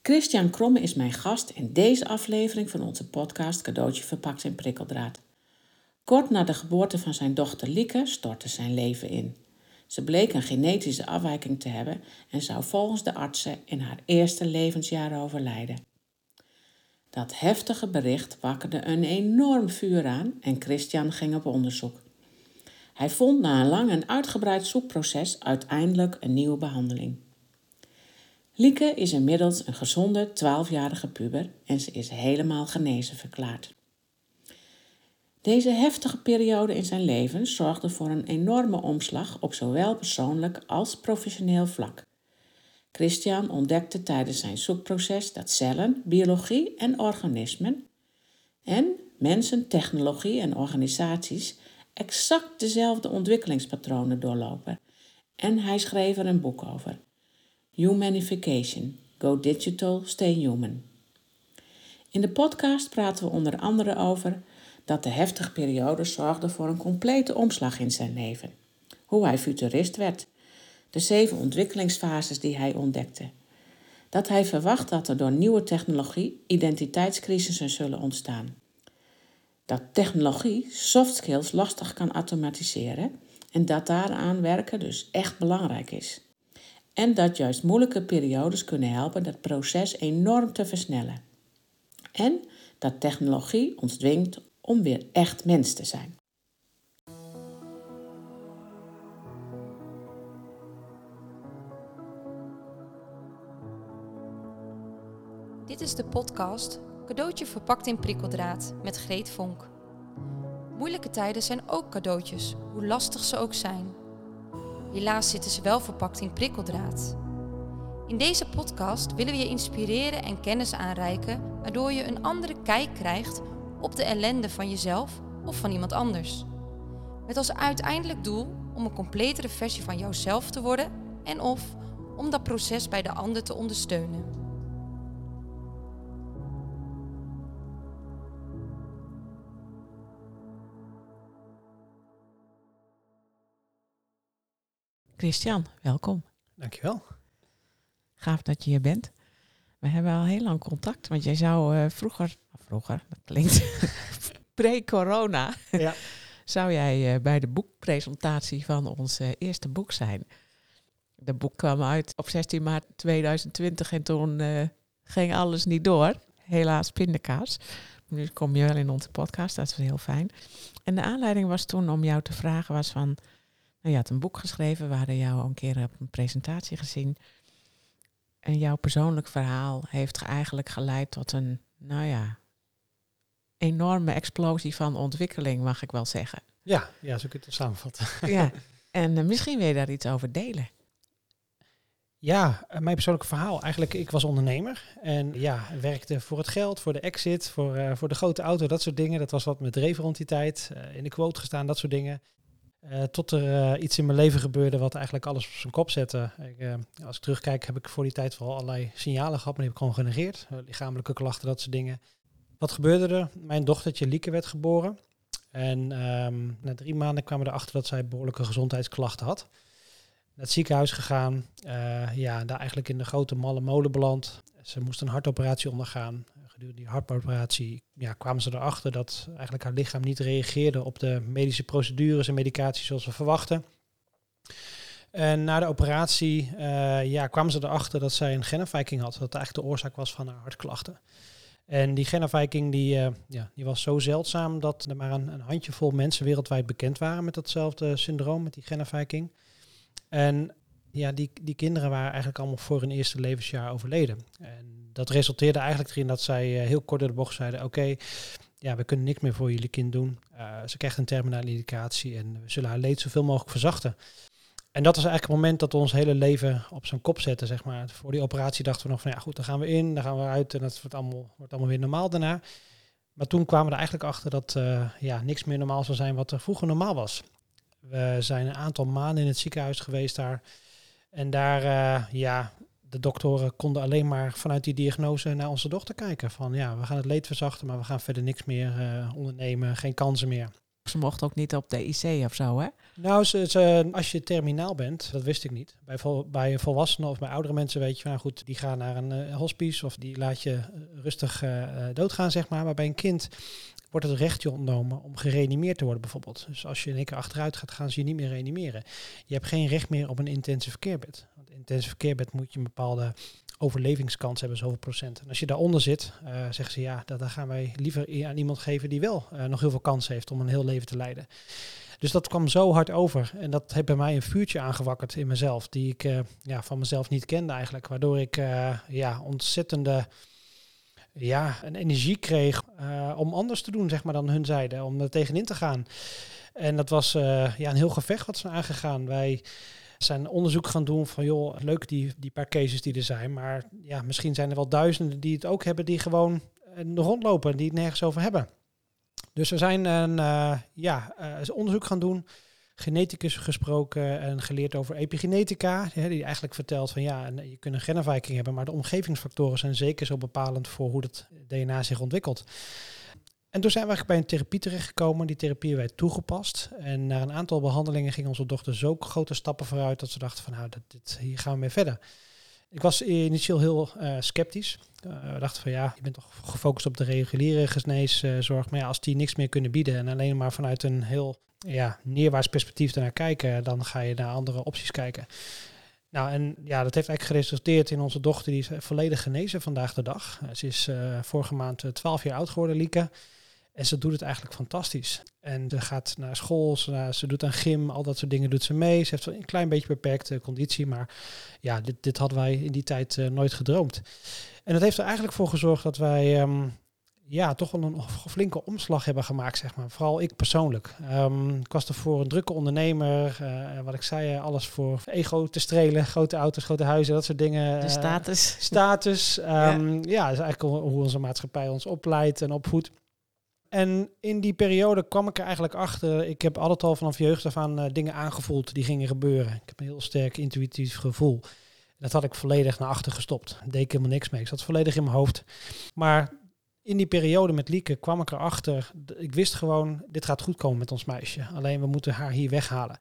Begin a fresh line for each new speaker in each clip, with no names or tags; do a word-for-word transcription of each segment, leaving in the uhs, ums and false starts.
Christian Kromme is mijn gast in deze aflevering van onze podcast Cadeautje verpakt in prikkeldraad. Kort na de geboorte van zijn dochter Lieke stortte zijn leven in. Ze bleek een genetische afwijking te hebben en zou volgens de artsen in haar eerste levensjaren overlijden. Dat heftige bericht wakkerde een enorm vuur aan en Christian ging op onderzoek. Hij vond na een lang en uitgebreid zoekproces uiteindelijk een nieuwe behandeling. Lieke is inmiddels een gezonde twaalfjarige puber en ze is helemaal genezen verklaard. Deze heftige periode in zijn leven zorgde voor een enorme omslag op zowel persoonlijk als professioneel vlak. Christian ontdekte tijdens zijn zoekproces dat cellen, biologie en organismen en mensen, technologie en organisaties exact dezelfde ontwikkelingspatronen doorlopen. En hij schreef er een boek over. Humanification. Go Digital, Stay Human. In de podcast praten we onder andere over dat de heftige periode zorgde voor een complete omslag in zijn leven. Hoe hij futurist werd. De zeven ontwikkelingsfases die hij ontdekte. Dat hij verwacht dat er door nieuwe technologie identiteitscrisissen zullen ontstaan. Dat technologie soft skills lastig kan automatiseren en dat daaraan werken dus echt belangrijk is. En dat juist moeilijke periodes kunnen helpen dat proces enorm te versnellen. En dat technologie ons dwingt om weer echt mens te zijn.
Dit is de podcast Cadeautje verpakt in prikkeldraad met Greet Vonk. Moeilijke tijden zijn ook cadeautjes, hoe lastig ze ook zijn. Helaas zitten ze wel verpakt in prikkeldraad. In deze podcast willen we je inspireren en kennis aanreiken, waardoor je een andere kijk krijgt op de ellende van jezelf of van iemand anders. Met als uiteindelijk doel om een completere versie van jouzelf te worden en of om dat proces bij de ander te ondersteunen.
Christian, welkom.
Dankjewel.
Gaaf dat je hier bent. We hebben al heel lang contact, want jij zou uh, vroeger, vroeger, dat klinkt pre-corona,
ja.
zou jij uh, bij de boekpresentatie van ons uh, eerste boek zijn. De boek kwam uit op zestien maart tweeduizend twintig en toen uh, ging alles niet door. Helaas pindakaas. Nu kom je wel in onze podcast, dat is heel fijn. En de aanleiding was toen om jou te vragen was van, nou, je had een boek geschreven, we hadden jou al een keer op een presentatie gezien. En jouw persoonlijk verhaal heeft eigenlijk geleid tot een, nou ja, enorme explosie van ontwikkeling, mag ik wel zeggen.
Ja, ja, zo kun je het samenvatten.
Ja, en uh, misschien wil je daar iets over delen.
Ja, mijn persoonlijke verhaal. Eigenlijk, ik was ondernemer en ja, werkte voor het geld, voor de exit, voor, uh, voor de grote auto, dat soort dingen. Dat was wat me dreef rond die tijd. Uh, in de quote gestaan, dat soort dingen. Uh, tot er uh, iets in mijn leven gebeurde wat eigenlijk alles op zijn kop zette. Ik, uh, als ik terugkijk heb ik voor die tijd wel allerlei signalen gehad, maar die heb ik gewoon genegeerd. Uh, lichamelijke klachten, dat soort dingen. Wat gebeurde er? Mijn dochtertje Lieke werd geboren. En um, na drie maanden kwamen we erachter dat zij behoorlijke gezondheidsklachten had. Naar het ziekenhuis gegaan. Uh, ja, daar eigenlijk in de grote malle molen beland. Ze moest een hartoperatie ondergaan. Gedurende die hartoperatie ja, kwamen ze erachter dat eigenlijk haar lichaam niet reageerde op de medische procedures en medicatie zoals we verwachten. En na de operatie uh, ja, kwamen ze erachter dat zij een genafwijking had. Dat eigenlijk de oorzaak was van haar hartklachten. En die genafwijking die, uh, ja, die was zo zeldzaam dat er maar een, een handjevol mensen wereldwijd bekend waren met datzelfde syndroom, met die genafwijking. En ja, die, die kinderen waren eigenlijk allemaal voor hun eerste levensjaar overleden. En dat resulteerde eigenlijk erin dat zij uh, heel kort door de bocht zeiden, oké, okay, ja, we kunnen niks meer voor jullie kind doen. Uh, ze krijgt een terminale indicatie en we zullen haar leed zoveel mogelijk verzachten. En dat was eigenlijk het moment dat we ons hele leven op zijn kop zetten, zeg maar. Voor die operatie dachten we nog van, ja goed, dan gaan we in, dan gaan we uit en dat wordt allemaal, wordt allemaal weer normaal daarna. Maar toen kwamen we er eigenlijk achter dat uh, ja, niks meer normaal zou zijn wat er vroeger normaal was. We zijn een aantal maanden in het ziekenhuis geweest daar. En daar, uh, ja, de doktoren konden alleen maar vanuit die diagnose naar onze dochter kijken. Van ja, we gaan het leed verzachten, maar we gaan verder niks meer uh, ondernemen, geen kansen meer.
Ze mocht ook niet op de I C of zo, hè?
Nou, ze, ze, als je terminaal bent, dat wist ik niet. Bij, vol, bij volwassenen of bij oudere mensen weet je, nou goed, die gaan naar een uh, hospice of die laat je rustig uh, doodgaan, zeg maar. Maar bij een kind wordt het recht je ontnomen om gereanimeerd te worden bijvoorbeeld. Dus als je in één keer achteruit gaat, gaan ze je niet meer reanimeren. Je hebt geen recht meer op een intensive care bed. Want intensive care bed moet je een bepaalde overlevingskans hebben, zoveel procent. En als je daaronder zit, uh, zeggen ze ja, dat, dan gaan wij liever aan iemand geven die wel uh, nog heel veel kans heeft om een heel leven te leiden. Dus dat kwam zo hard over. En dat heeft bij mij een vuurtje aangewakkerd in mezelf, die ik uh, ja, van mezelf niet kende eigenlijk. Waardoor ik uh, ja, ontzettende ja, een energie kreeg uh, om anders te doen, zeg maar, dan hun zeiden. Om er tegenin te gaan. En dat was uh, ja, een heel gevecht wat ze aangegaan. Wij zijn onderzoek gaan doen van, joh, leuk die, die paar cases die er zijn. Maar ja, misschien zijn er wel duizenden die het ook hebben, die gewoon uh, rondlopen, die het nergens over hebben. Dus we zijn een uh, ja, uh, onderzoek gaan doen, geneticus gesproken en geleerd over epigenetica, hè, die eigenlijk vertelt van ja, je kunt een genafwijking hebben, maar de omgevingsfactoren zijn zeker zo bepalend voor hoe het D N A zich ontwikkelt. En toen zijn we eigenlijk bij een therapie terechtgekomen. Die therapie hebben wij toegepast. En na een aantal behandelingen ging onze dochter zo grote stappen vooruit dat ze dachten van nou, dat, dit, hier gaan we mee verder. Ik was initieel heel uh, sceptisch. Uh, we dachten van ja, je bent toch gefocust op de reguliere geneeszorg. Maar ja, als die niks meer kunnen bieden en alleen maar vanuit een heel ja, neerwaarts perspectief ernaar kijken, dan ga je naar andere opties kijken. Nou, en ja, dat heeft eigenlijk geresulteerd in onze dochter, die is volledig genezen vandaag de dag. Uh, ze is uh, vorige maand twaalf jaar oud geworden, Lieke. En ze doet het eigenlijk fantastisch. En ze gaat naar school, ze, ze doet aan gym, al dat soort dingen doet ze mee. Ze heeft een klein beetje beperkte conditie, maar ja, dit, dit hadden wij in die tijd uh, nooit gedroomd. En dat heeft er eigenlijk voor gezorgd dat wij um, ja, toch wel een flinke omslag hebben gemaakt, zeg maar. Vooral ik persoonlijk. Um, ik was ervoor een drukke ondernemer. Uh, wat ik zei, alles voor ego te strelen. Grote auto's, grote huizen, dat soort dingen.
De status.
Uh, status. Um, ja. ja, dat is eigenlijk hoe onze maatschappij ons opleidt en opvoedt. En in die periode kwam ik er eigenlijk achter. Ik heb altijd al vanaf jeugd af aan uh, dingen aangevoeld die gingen gebeuren. Ik heb een heel sterk intuïtief gevoel. Dat had ik volledig naar achter gestopt. Daar deed ik helemaal niks mee. Ik zat volledig in mijn hoofd. Maar in die periode met Lieke kwam ik erachter. Ik wist gewoon, dit gaat goed komen met ons meisje. Alleen we moeten haar hier weghalen.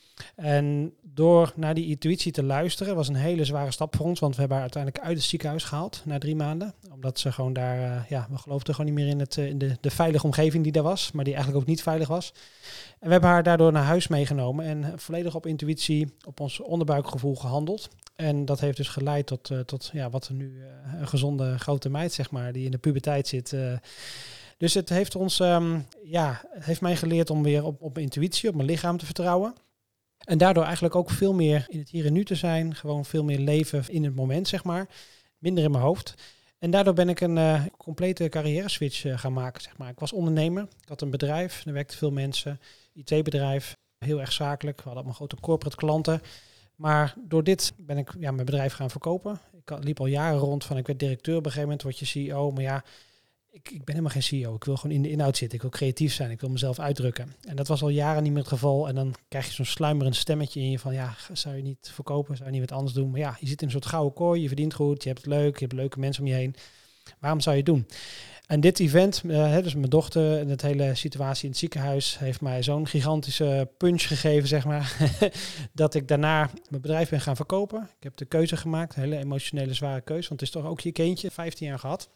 En door naar die intuïtie te luisteren was een hele zware stap voor ons. Want we hebben haar uiteindelijk uit het ziekenhuis gehaald na drie maanden. Omdat ze gewoon daar, uh, ja, we geloofden gewoon niet meer in, het, uh, in de, de veilige omgeving die daar was. Maar die eigenlijk ook niet veilig was. En we hebben haar daardoor naar huis meegenomen. En volledig op intuïtie, op ons onderbuikgevoel gehandeld. En dat heeft dus geleid tot, uh, tot ja, wat er nu uh, een gezonde grote meid, zeg maar, die in de puberteit zit. Uh, dus het heeft ons, um, ja, het heeft mij geleerd om weer op, op mijn intuïtie, op mijn lichaam te vertrouwen. En daardoor eigenlijk ook veel meer in het hier en nu te zijn. Gewoon veel meer leven in het moment, zeg maar. Minder in mijn hoofd. En daardoor ben ik een uh, complete carrière switch uh, gaan maken, zeg maar. Ik was ondernemer. Ik had een bedrijf. Er werkten veel mensen. I T-bedrijf. Heel erg zakelijk. We hadden allemaal grote corporate klanten. Maar door dit ben ik ja, mijn bedrijf gaan verkopen. Ik liep al jaren rond van, ik werd directeur. Op een gegeven moment word je C E O. Maar ja, ik, ik ben helemaal geen C E O. Ik wil gewoon in de inhoud zitten. Ik wil creatief zijn. Ik wil mezelf uitdrukken. En dat was al jaren niet meer het geval. En dan krijg je zo'n sluimerend stemmetje in je van, ja, zou je niet verkopen? Zou je niet wat anders doen? Maar ja, je zit in een soort gouden kooi. Je verdient goed. Je hebt het leuk. Je hebt leuke mensen om je heen. Waarom zou je het doen? En dit event, uh, dus mijn dochter en het hele situatie in het ziekenhuis heeft mij zo'n gigantische punch gegeven, zeg maar, dat ik daarna mijn bedrijf ben gaan verkopen. Ik heb de keuze gemaakt, een hele emotionele zware keuze, want het is toch ook je kindje, vijftien jaar gehad.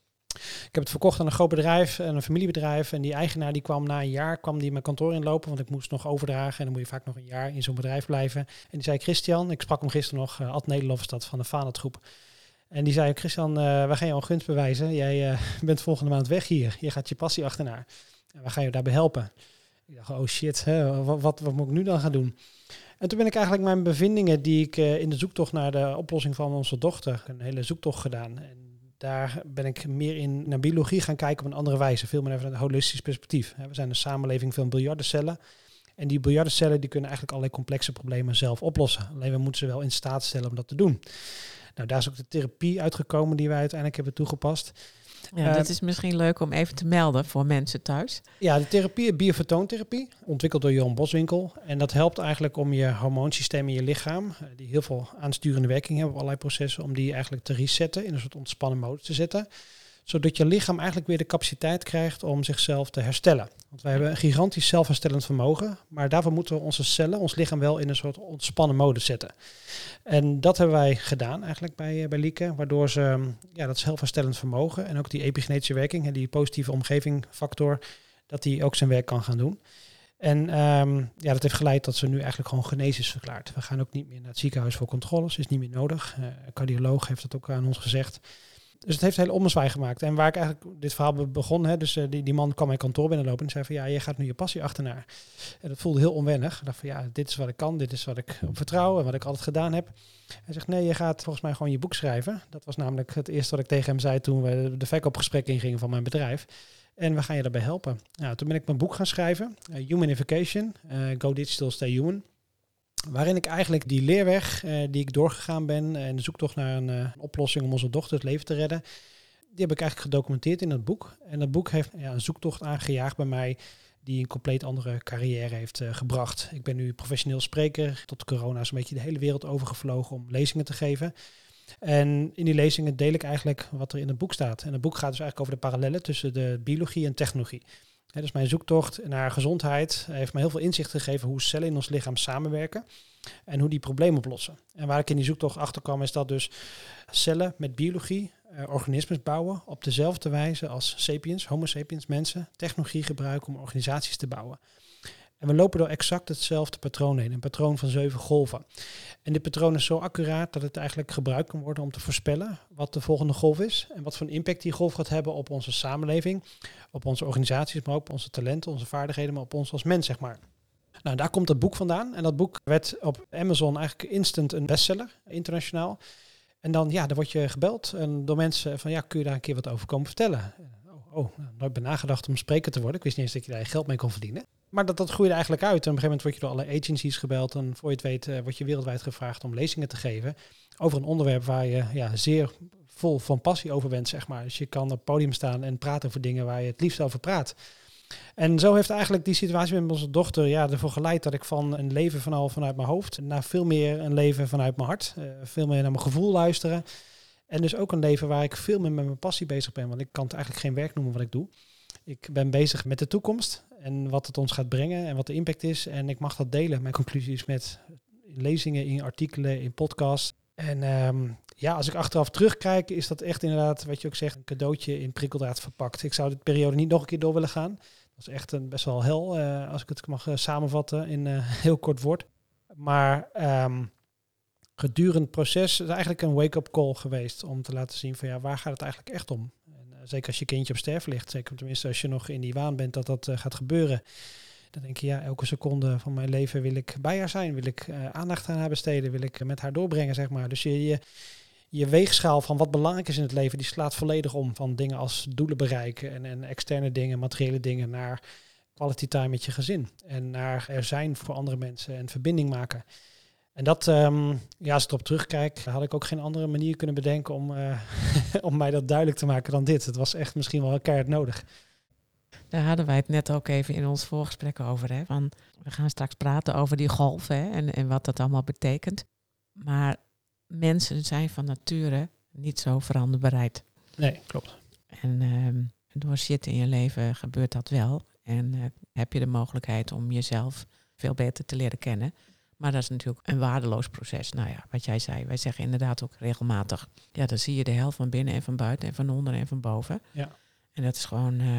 Ik heb het verkocht aan een groot bedrijf, een familiebedrijf. En die eigenaar die kwam na een jaar, kwam die mijn kantoor inlopen, want ik moest nog overdragen. En dan moet je vaak nog een jaar in zo'n bedrijf blijven. En die zei, Christian, ik sprak hem gisteren nog, uh, Ad Nederlof is dat van de Fanat Groep. En die zei, Christian, uh, wij gaan jou een gunst bewijzen. Jij uh, bent volgende maand weg hier. Je gaat je passie achterna. En wij gaan je daarbij helpen. Ik dacht, oh shit, hè, wat, wat, wat moet ik nu dan gaan doen? En toen ben ik eigenlijk mijn bevindingen die ik uh, in de zoektocht naar de oplossing van onze dochter, een hele zoektocht gedaan. En daar ben ik meer in naar biologie gaan kijken op een andere wijze. Veel meer vanuit een holistisch perspectief. We zijn een samenleving van biljardencellen. En die biljardencellen die kunnen eigenlijk allerlei complexe problemen zelf oplossen. Alleen we moeten ze wel in staat stellen om dat te doen. Nou, daar is ook de therapie uitgekomen die wij uiteindelijk hebben toegepast.
Ja, uh, dat is misschien leuk om even te melden voor mensen thuis.
Ja, de therapie, biofotoontherapie, ontwikkeld door Johan Boswinkel. En dat helpt eigenlijk om je hormoonsysteem in je lichaam, uh, die heel veel aansturende werking hebben op allerlei processen, om die eigenlijk te resetten, in een soort ontspannen modus te zetten. Zodat je lichaam eigenlijk weer de capaciteit krijgt om zichzelf te herstellen. Want wij hebben een gigantisch zelfherstellend vermogen. Maar daarvoor moeten we onze cellen, ons lichaam wel in een soort ontspannen modus zetten. En dat hebben wij gedaan eigenlijk bij, bij Lieke. Waardoor ze ja, dat zelfherstellend vermogen en ook die epigenetische werking, en die positieve omgevingfactor, dat die ook zijn werk kan gaan doen. En um, ja, dat heeft geleid dat ze nu eigenlijk gewoon genezen is verklaard. We gaan ook niet meer naar het ziekenhuis voor controles, is niet meer nodig. Uh, een cardioloog heeft dat ook aan ons gezegd. Dus het heeft een hele ommezwaai gemaakt. En waar ik eigenlijk dit verhaal begon, hè, dus uh, die, die man kwam mijn kantoor binnenlopen en zei van ja, je gaat nu je passie achterna. En dat voelde heel onwennig. Ik dacht van ja, dit is wat ik kan, dit is wat ik op vertrouw en wat ik altijd gedaan heb. Hij zegt nee, je gaat volgens mij gewoon je boek schrijven. Dat was namelijk het eerste wat ik tegen hem zei toen we de verkoopgesprek ingingen van mijn bedrijf. En we gaan je daarbij helpen. Nou, toen ben ik mijn boek gaan schrijven, uh, Humanification, uh, Go Digital, Stay Human. Waarin ik eigenlijk die leerweg uh, die ik doorgegaan ben en de zoektocht naar een uh, oplossing om onze dochter het leven te redden, die heb ik eigenlijk gedocumenteerd in dat boek. En dat boek heeft ja, een zoektocht aangejaagd bij mij die een compleet andere carrière heeft uh, gebracht. Ik ben nu professioneel spreker, tot corona is een beetje de hele wereld overgevlogen om lezingen te geven. En in die lezingen deel ik eigenlijk wat er in het boek staat. En het boek gaat dus eigenlijk over de parallellen tussen de biologie en technologie. He, dus mijn zoektocht naar gezondheid heeft me heel veel inzicht gegeven hoe cellen in ons lichaam samenwerken en hoe die problemen oplossen. En waar ik in die zoektocht achter kwam is dat dus cellen met biologie uh, organismes bouwen op dezelfde wijze als sapiens, homo sapiens mensen, technologie gebruiken om organisaties te bouwen. En we lopen door exact hetzelfde patroon heen, een patroon van zeven golven. En dit patroon is zo accuraat dat het eigenlijk gebruikt kan worden om te voorspellen wat de volgende golf is en wat voor een impact die golf gaat hebben op onze samenleving, op onze organisaties, maar ook op onze talenten, onze vaardigheden, maar op ons als mens, zeg maar. Nou, daar komt het boek vandaan. En dat boek werd op Amazon eigenlijk instant een bestseller, internationaal. En dan, ja, dan word je gebeld en door mensen van, ja, kun je daar een keer wat over komen vertellen? Oh, oh nou, nooit ben nagedacht om spreker te worden. Ik wist niet eens dat je daar geld mee kon verdienen. Maar dat, dat groeide eigenlijk uit. En op een gegeven moment word je door alle agencies gebeld. En voor je het weet uh, word je wereldwijd gevraagd om lezingen te geven over een onderwerp waar je ja, zeer vol van passie over bent, zeg maar. Dus je kan op het podium staan en praten over dingen waar je het liefst over praat. En zo heeft eigenlijk die situatie met onze dochter ja, ervoor geleid dat ik van een leven van vanuit mijn hoofd naar veel meer een leven vanuit mijn hart. Uh, veel meer naar mijn gevoel luisteren. En dus ook een leven waar ik veel meer met mijn passie bezig ben. Want ik kan het eigenlijk geen werk noemen wat ik doe. Ik ben bezig met de toekomst en wat het ons gaat brengen en wat de impact is. En ik mag dat delen, mijn conclusies, met in lezingen, in artikelen, in podcasts. En um, ja, als ik achteraf terugkijk, is dat echt inderdaad, wat je ook zegt, een cadeautje in prikkeldraad verpakt. Ik zou dit periode niet nog een keer door willen gaan. Dat is echt een best wel hel, uh, als ik het mag uh, samenvatten in uh, heel kort woord. Maar um, gedurende het proces is eigenlijk een wake-up call geweest om te laten zien van ja, waar gaat het eigenlijk echt om? En, uh, zeker als je kindje op sterven ligt, zeker tenminste als je nog in die waan bent dat dat uh, gaat gebeuren. Dan denk je, ja, elke seconde van mijn leven wil ik bij haar zijn. Wil ik uh, aandacht aan haar besteden. Wil ik met haar doorbrengen, zeg maar. Dus je, je, je weegschaal van wat belangrijk is in het leven, die slaat volledig om. Van dingen als doelen bereiken en, en externe dingen, materiële dingen, naar quality time met je gezin. En naar er zijn voor andere mensen en verbinding maken. En dat, um, ja, als ik erop terugkijk, had ik ook geen andere manier kunnen bedenken om, uh, om mij dat duidelijk te maken dan dit. Het was echt misschien wel keihard nodig.
Daar hadden wij het net ook even in ons voorgesprek over. Hè? Van, we gaan straks praten over die golf, hè? En, en wat dat allemaal betekent. Maar mensen zijn van nature niet zo veranderbereid.
Nee, klopt.
En um, door shit in je leven gebeurt dat wel. En uh, heb je de mogelijkheid om jezelf veel beter te leren kennen. Maar dat is natuurlijk een waardeloos proces. Nou ja, wat jij zei, wij zeggen inderdaad ook regelmatig. Ja, dan zie je de helft van binnen en van buiten en van onder en van boven.
Ja.
En dat is gewoon uh,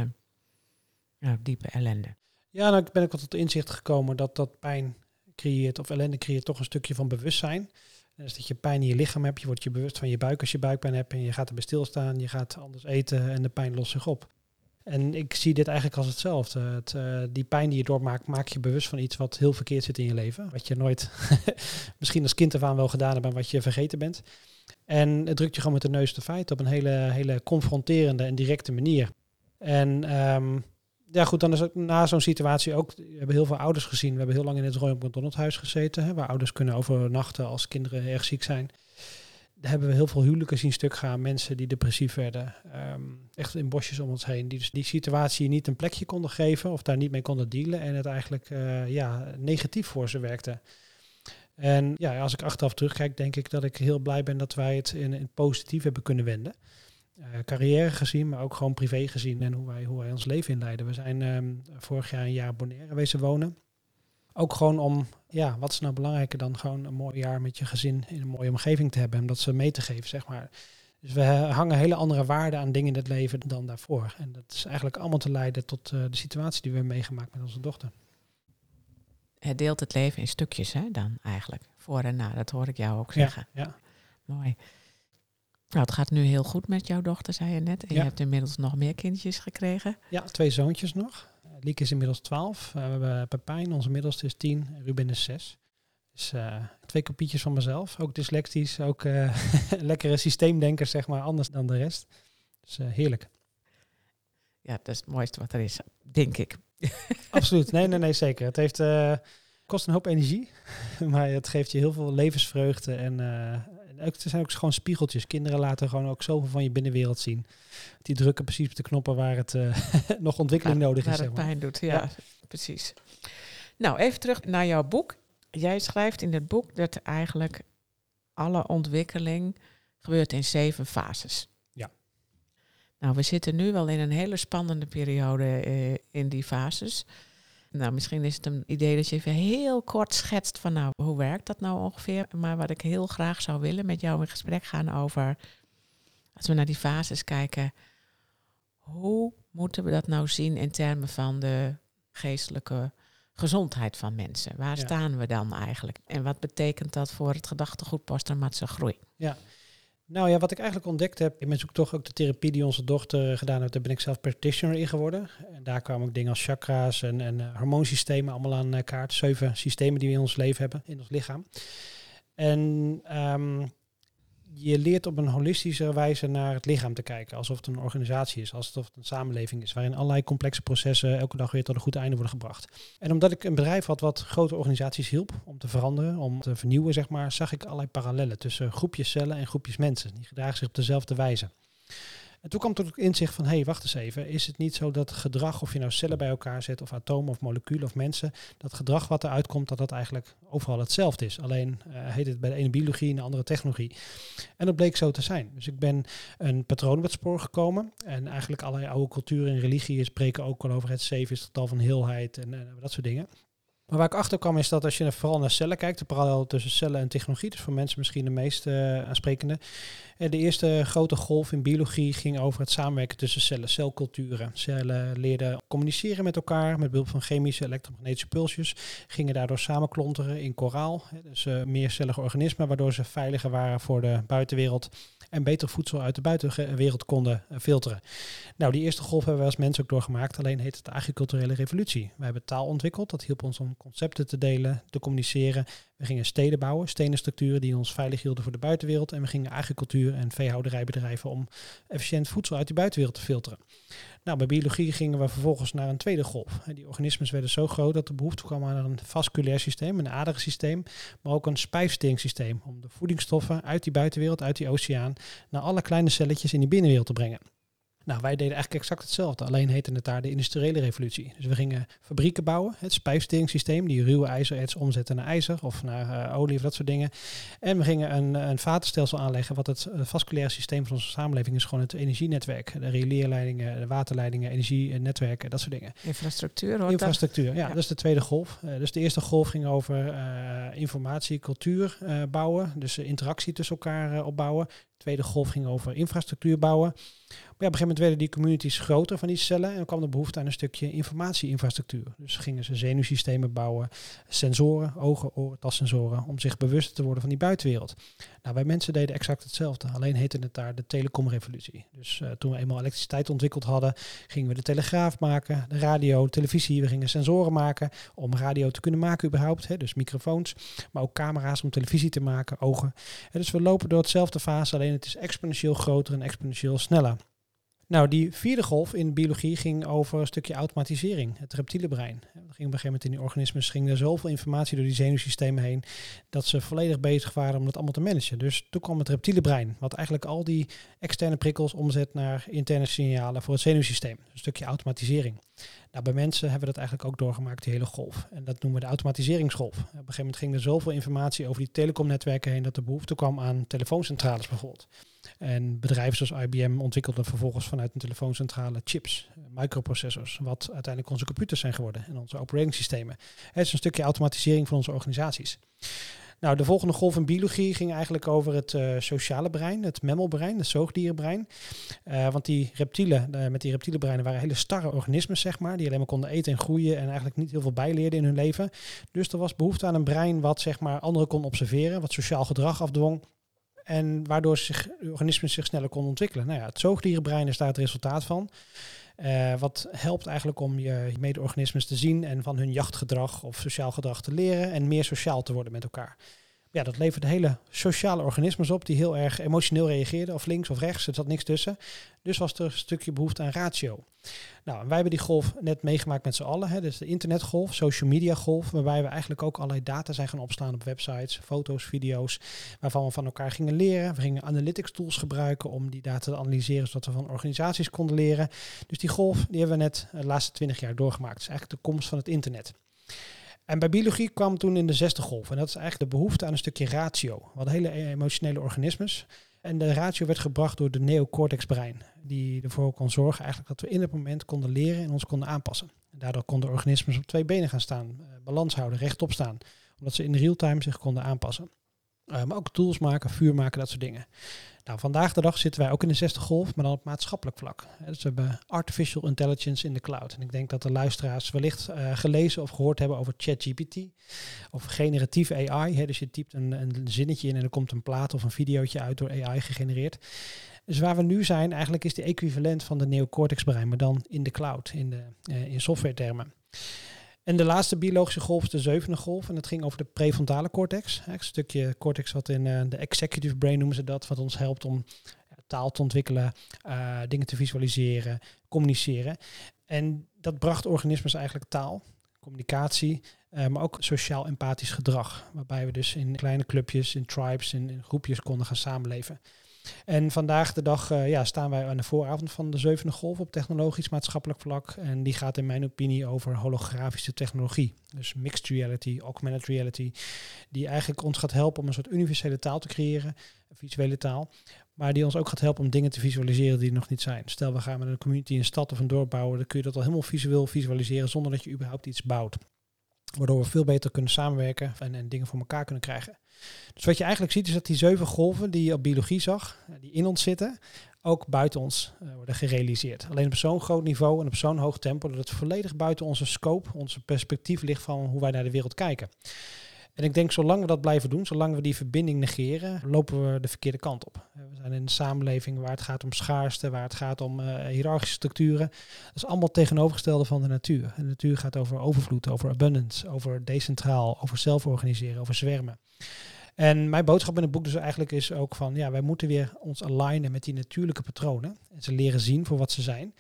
ja, diepe ellende.
Ja, nou ben ik wel tot inzicht gekomen dat dat pijn creëert of ellende creëert toch een stukje van bewustzijn. Dus dat je pijn in je lichaam hebt, je wordt je bewust van je buik als je buikpijn hebt en je gaat erbij stilstaan, je gaat anders eten en de pijn lost zich op. En ik zie dit eigenlijk als hetzelfde. Het, uh, die pijn die je doormaakt, maak je bewust van iets wat heel verkeerd zit in je leven. Wat je nooit misschien als kind af aan wel gedaan hebt en wat je vergeten bent. En het drukt je gewoon met de neus de feiten op een hele, hele confronterende en directe manier. En um, ja goed, dan is het na zo'n situatie ook, we hebben heel veel ouders gezien. We hebben heel lang in het Ronald McDonald huis gezeten, hè, waar ouders kunnen overnachten als kinderen erg ziek zijn. Daar hebben we heel veel huwelijken zien stuk gaan. Mensen die depressief werden. Um, echt in bosjes om ons heen. Die dus die situatie niet een plekje konden geven. Of daar niet mee konden dealen. En het eigenlijk uh, ja, negatief voor ze werkte. En ja, als ik achteraf terugkijk, denk ik dat ik heel blij ben dat wij het in, in positief hebben kunnen wenden. Uh, carrière gezien, maar ook gewoon privé gezien en hoe wij, hoe wij ons leven inleiden. We zijn um, vorig jaar een jaar Bonaire wezen wonen. Ook gewoon om, ja, wat is nou belangrijker dan gewoon een mooi jaar met je gezin in een mooie omgeving te hebben en dat ze mee te geven, zeg maar. Dus we hangen hele andere waarden aan dingen in het leven dan daarvoor. En dat is eigenlijk allemaal te leiden tot uh, de situatie die we hebben meegemaakt met onze dochter.
Het deelt het leven in stukjes, hè, dan eigenlijk. Voor en na, dat hoor ik jou ook zeggen.
Ja, ja.
Mooi. Nou, het gaat nu heel goed met jouw dochter, zei je net. En
ja.
je hebt inmiddels nog meer kindjes gekregen.
Ja, twee zoontjes nog. Lieke is inmiddels twaalf. Uh, we hebben Pepijn, onze middelste, is tien. Ruben is zes. Dus uh, twee kopietjes van mezelf. Ook dyslectisch, ook uh, lekkere systeemdenkers, zeg maar, anders dan de rest. Dus uh, heerlijk.
Ja, dat is het mooiste wat er is, denk ik.
Absoluut. Nee, nee, nee, zeker. Het heeft, uh, kost een hoop energie, maar het geeft je heel veel levensvreugde. En uh, het zijn ook gewoon spiegeltjes. Kinderen laten gewoon ook zoveel van je binnenwereld zien. Die drukken precies op de knoppen waar het uh, nog ontwikkeling
waar,
nodig
waar
is.
Waar
zeg
het
maar.
pijn doet, ja,
ja.
Precies. Nou, even terug naar jouw boek. Jij schrijft in het boek dat eigenlijk alle ontwikkeling gebeurt in zeven fases.
Ja.
Nou, we zitten nu wel in een hele spannende periode uh, in die fases. Nou, misschien is het een idee dat je even heel kort schetst van nou, hoe werkt dat nou ongeveer? Maar wat ik heel graag zou willen met jou in gesprek gaan over, als we naar die fases kijken, hoe moeten we dat nou zien in termen van de geestelijke gezondheid van mensen? Waar
ja.
staan we dan eigenlijk? En wat betekent dat voor het gedachtegoed posttraumatische groei?
Ja. Nou ja, wat ik eigenlijk ontdekt heb in mijn zoektocht, ook de therapie die onze dochter gedaan heeft, daar ben ik zelf practitioner in geworden. En daar kwamen ook dingen als chakra's en, en uh, hormoonsystemen allemaal aan uh, kaart. Zeven systemen die we in ons leven hebben, in ons lichaam. En um, je leert op een holistische wijze naar het lichaam te kijken, alsof het een organisatie is, alsof het een samenleving is, waarin allerlei complexe processen elke dag weer tot een goed einde worden gebracht. En omdat ik een bedrijf had wat grote organisaties hielp om te veranderen, om te vernieuwen, zeg maar, zag ik allerlei parallellen tussen groepjes cellen en groepjes mensen. Die gedragen zich op dezelfde wijze. En toen kwam tot het inzicht van, hé, hey, wacht eens even, is het niet zo dat gedrag, of je nou cellen bij elkaar zet, of atomen, of moleculen, of mensen, dat gedrag wat eruit komt, dat dat eigenlijk overal hetzelfde is. Alleen uh, heet het bij de ene biologie en de andere technologie. En dat bleek zo te zijn. Dus ik ben een patroon op het spoor gekomen. En eigenlijk allerlei oude culturen en religieën spreken ook al over het zeven is het getal van heelheid en uh, dat soort dingen. Maar waar ik achter kwam is dat als je vooral naar cellen kijkt, de parallel tussen cellen en technologie, dus voor mensen misschien de meest uh, aansprekende. En de eerste grote golf in biologie ging over het samenwerken tussen cellen, celculturen. Cellen leerden communiceren met elkaar met behulp van chemische elektromagnetische pulsjes, gingen daardoor samenklonteren in koraal, dus uh, meercellige organismen, waardoor ze veiliger waren voor de buitenwereld en beter voedsel uit de buitenwereld konden uh, filteren. Nou, die eerste golf hebben we als mensen ook doorgemaakt, alleen heet het de agriculturele revolutie. We hebben taal ontwikkeld, dat hielp ons om concepten te delen, te communiceren. We gingen steden bouwen, stenen structuren die ons veilig hielden voor de buitenwereld. En we gingen agricultuur en veehouderijbedrijven om efficiënt voedsel uit die buitenwereld te filteren. Nou, bij biologie gingen we vervolgens naar een tweede golf. Die organismen werden zo groot dat er behoefte kwam aan een vasculair systeem, een adersysteem, maar ook een spijsverteringssysteem om de voedingsstoffen uit die buitenwereld, uit die oceaan, naar alle kleine celletjes in die binnenwereld te brengen. Nou, wij deden eigenlijk exact hetzelfde, alleen heette het daar de industriële revolutie. Dus we gingen fabrieken bouwen, het spijsverteringssysteem, die ruwe ijzererts omzetten naar ijzer of naar uh, olie of dat soort dingen. En we gingen een, een vatenstelsel aanleggen, wat het uh, vasculaire systeem van onze samenleving is, gewoon het energienetwerk. De rioleerleidingen, de waterleidingen, energienetwerken, dat soort dingen.
Infrastructuur hoor.
Infrastructuur, ja,
ja,
dat is de tweede golf. Uh, dus de eerste golf ging over uh, informatie, cultuur uh, bouwen, dus uh, interactie tussen elkaar uh, opbouwen. De tweede golf ging over infrastructuur bouwen. Maar ja, op een gegeven moment werden die communities groter van die cellen en kwam de behoefte aan een stukje informatie-infrastructuur. Dus gingen ze zenuwsystemen bouwen, sensoren, ogen, oren, tastsensoren, om zich bewust te worden van die buitenwereld. Nou, wij mensen deden exact hetzelfde, alleen heette het daar de telecomrevolutie. Dus uh, toen we eenmaal elektriciteit ontwikkeld hadden, gingen we de telegraaf maken, de radio, de televisie, we gingen sensoren maken om radio te kunnen maken überhaupt, hè, dus microfoons, maar ook camera's om televisie te maken, ogen. En dus we lopen door hetzelfde fase, alleen het is exponentieel groter en exponentieel sneller. Nou, die vierde golf in biologie ging over een stukje automatisering, het reptiele brein. Er ging op een gegeven moment in die organismen ging er zoveel informatie door die zenuwsystemen heen, dat ze volledig bezig waren om dat allemaal te managen. Dus toen kwam het reptiele brein, wat eigenlijk al die externe prikkels omzet naar interne signalen voor het zenuwsysteem. Een stukje automatisering. Nou, bij mensen hebben we dat eigenlijk ook doorgemaakt, die hele golf. En dat noemen we de automatiseringsgolf. Op een gegeven moment ging er zoveel informatie over die telecomnetwerken heen dat er behoefte kwam aan telefooncentrales bijvoorbeeld. En bedrijven zoals I B M ontwikkelden vervolgens vanuit een telefooncentrale chips, microprocessors, wat uiteindelijk onze computers zijn geworden en onze operating systemen. Het is een stukje automatisering van onze organisaties. Nou, de volgende golf in biologie ging eigenlijk over het uh, sociale brein, het mammalbrein, het zoogdierenbrein. Uh, want die reptielen, uh, met die reptiele breinen waren hele starre organismen, zeg maar, die alleen maar konden eten en groeien en eigenlijk niet heel veel bijleerden in hun leven. Dus er was behoefte aan een brein wat, zeg maar, anderen kon observeren, wat sociaal gedrag afdwong. En waardoor zich, organismen zich sneller konden ontwikkelen. Nou ja, het zoogdierenbrein is daar het resultaat van. Uh, wat helpt eigenlijk om je mede-organismes te zien en van hun jachtgedrag of sociaal gedrag te leren en meer sociaal te worden met elkaar. Ja, dat levert hele sociale organismes op die heel erg emotioneel reageerden, of links of rechts, er zat niks tussen. Dus was er een stukje behoefte aan ratio. Nou, en wij hebben die golf net meegemaakt met z'n allen, hè. Dus de internetgolf, social media golf, waarbij we eigenlijk ook allerlei data zijn gaan opslaan op websites, foto's, video's, waarvan we van elkaar gingen leren. We gingen analytics tools gebruiken om die data te analyseren, zodat we van organisaties konden leren. Dus die golf, die hebben we net de laatste twintig jaar doorgemaakt. Dat is eigenlijk de komst van het internet. En bij biologie kwam toen in de zesde golf. En dat is eigenlijk de behoefte aan een stukje ratio. We hadden hele emotionele organismes. En de ratio werd gebracht door de neocortexbrein. Die ervoor kon zorgen eigenlijk dat we in het moment konden leren en ons konden aanpassen. En daardoor konden organismes op twee benen gaan staan. Balans houden, rechtop staan. Omdat ze in real-time zich konden aanpassen. Uh, maar ook tools maken, vuur maken, dat soort dingen. Nou, vandaag de dag zitten wij ook in de zesde golf, maar dan op maatschappelijk vlak. Dus we hebben artificial intelligence in de cloud. En ik denk dat de luisteraars wellicht uh, gelezen of gehoord hebben over ChatGPT. Of generatieve A I. Hè, dus je typt een, een zinnetje in en er komt een plaat of een videootje uit door A I gegenereerd. Dus waar we nu zijn, eigenlijk is de equivalent van de neocortexbrein, maar dan in de cloud, in, de, uh, in softwaretermen. En de laatste biologische golf is de zevende golf. En dat ging over de prefrontale cortex. Een stukje cortex wat in uh, de executive brain noemen ze dat. Wat ons helpt om ja, taal te ontwikkelen, uh, dingen te visualiseren, communiceren. En dat bracht organismes eigenlijk taal, communicatie, uh, maar ook sociaal empathisch gedrag. Waarbij we dus in kleine clubjes, in tribes, in, in groepjes konden gaan samenleven. En vandaag de dag uh, ja, staan wij aan de vooravond van de zevende golf op technologisch maatschappelijk vlak. En die gaat in mijn opinie over holografische technologie. Dus mixed reality, augmented reality. Die eigenlijk ons gaat helpen om een soort universele taal te creëren. Een visuele taal. Maar die ons ook gaat helpen om dingen te visualiseren die er nog niet zijn. Stel we gaan met een community, een stad of een dorp bouwen. Dan kun je dat al helemaal visueel visualiseren zonder dat je überhaupt iets bouwt. Waardoor we veel beter kunnen samenwerken en, en dingen voor elkaar kunnen krijgen. Dus wat je eigenlijk ziet is dat die zeven golven die je op biologie zag, die in ons zitten, ook buiten ons uh, worden gerealiseerd. Alleen op zo'n groot niveau en op zo'n hoog tempo dat het volledig buiten onze scope, onze perspectief ligt van hoe wij naar de wereld kijken. En ik denk, zolang we dat blijven doen, zolang we die verbinding negeren, lopen we de verkeerde kant op. We zijn in een samenleving waar het gaat om schaarste, waar het gaat om uh, hiërarchische structuren. Dat is allemaal tegenovergestelde van de natuur. En de natuur gaat over overvloed, over abundance, over decentraal, over zelforganiseren, over zwermen. En mijn boodschap in het boek dus eigenlijk is ook van, ja, wij moeten weer ons alignen met die natuurlijke patronen. En ze leren zien voor wat ze zijn.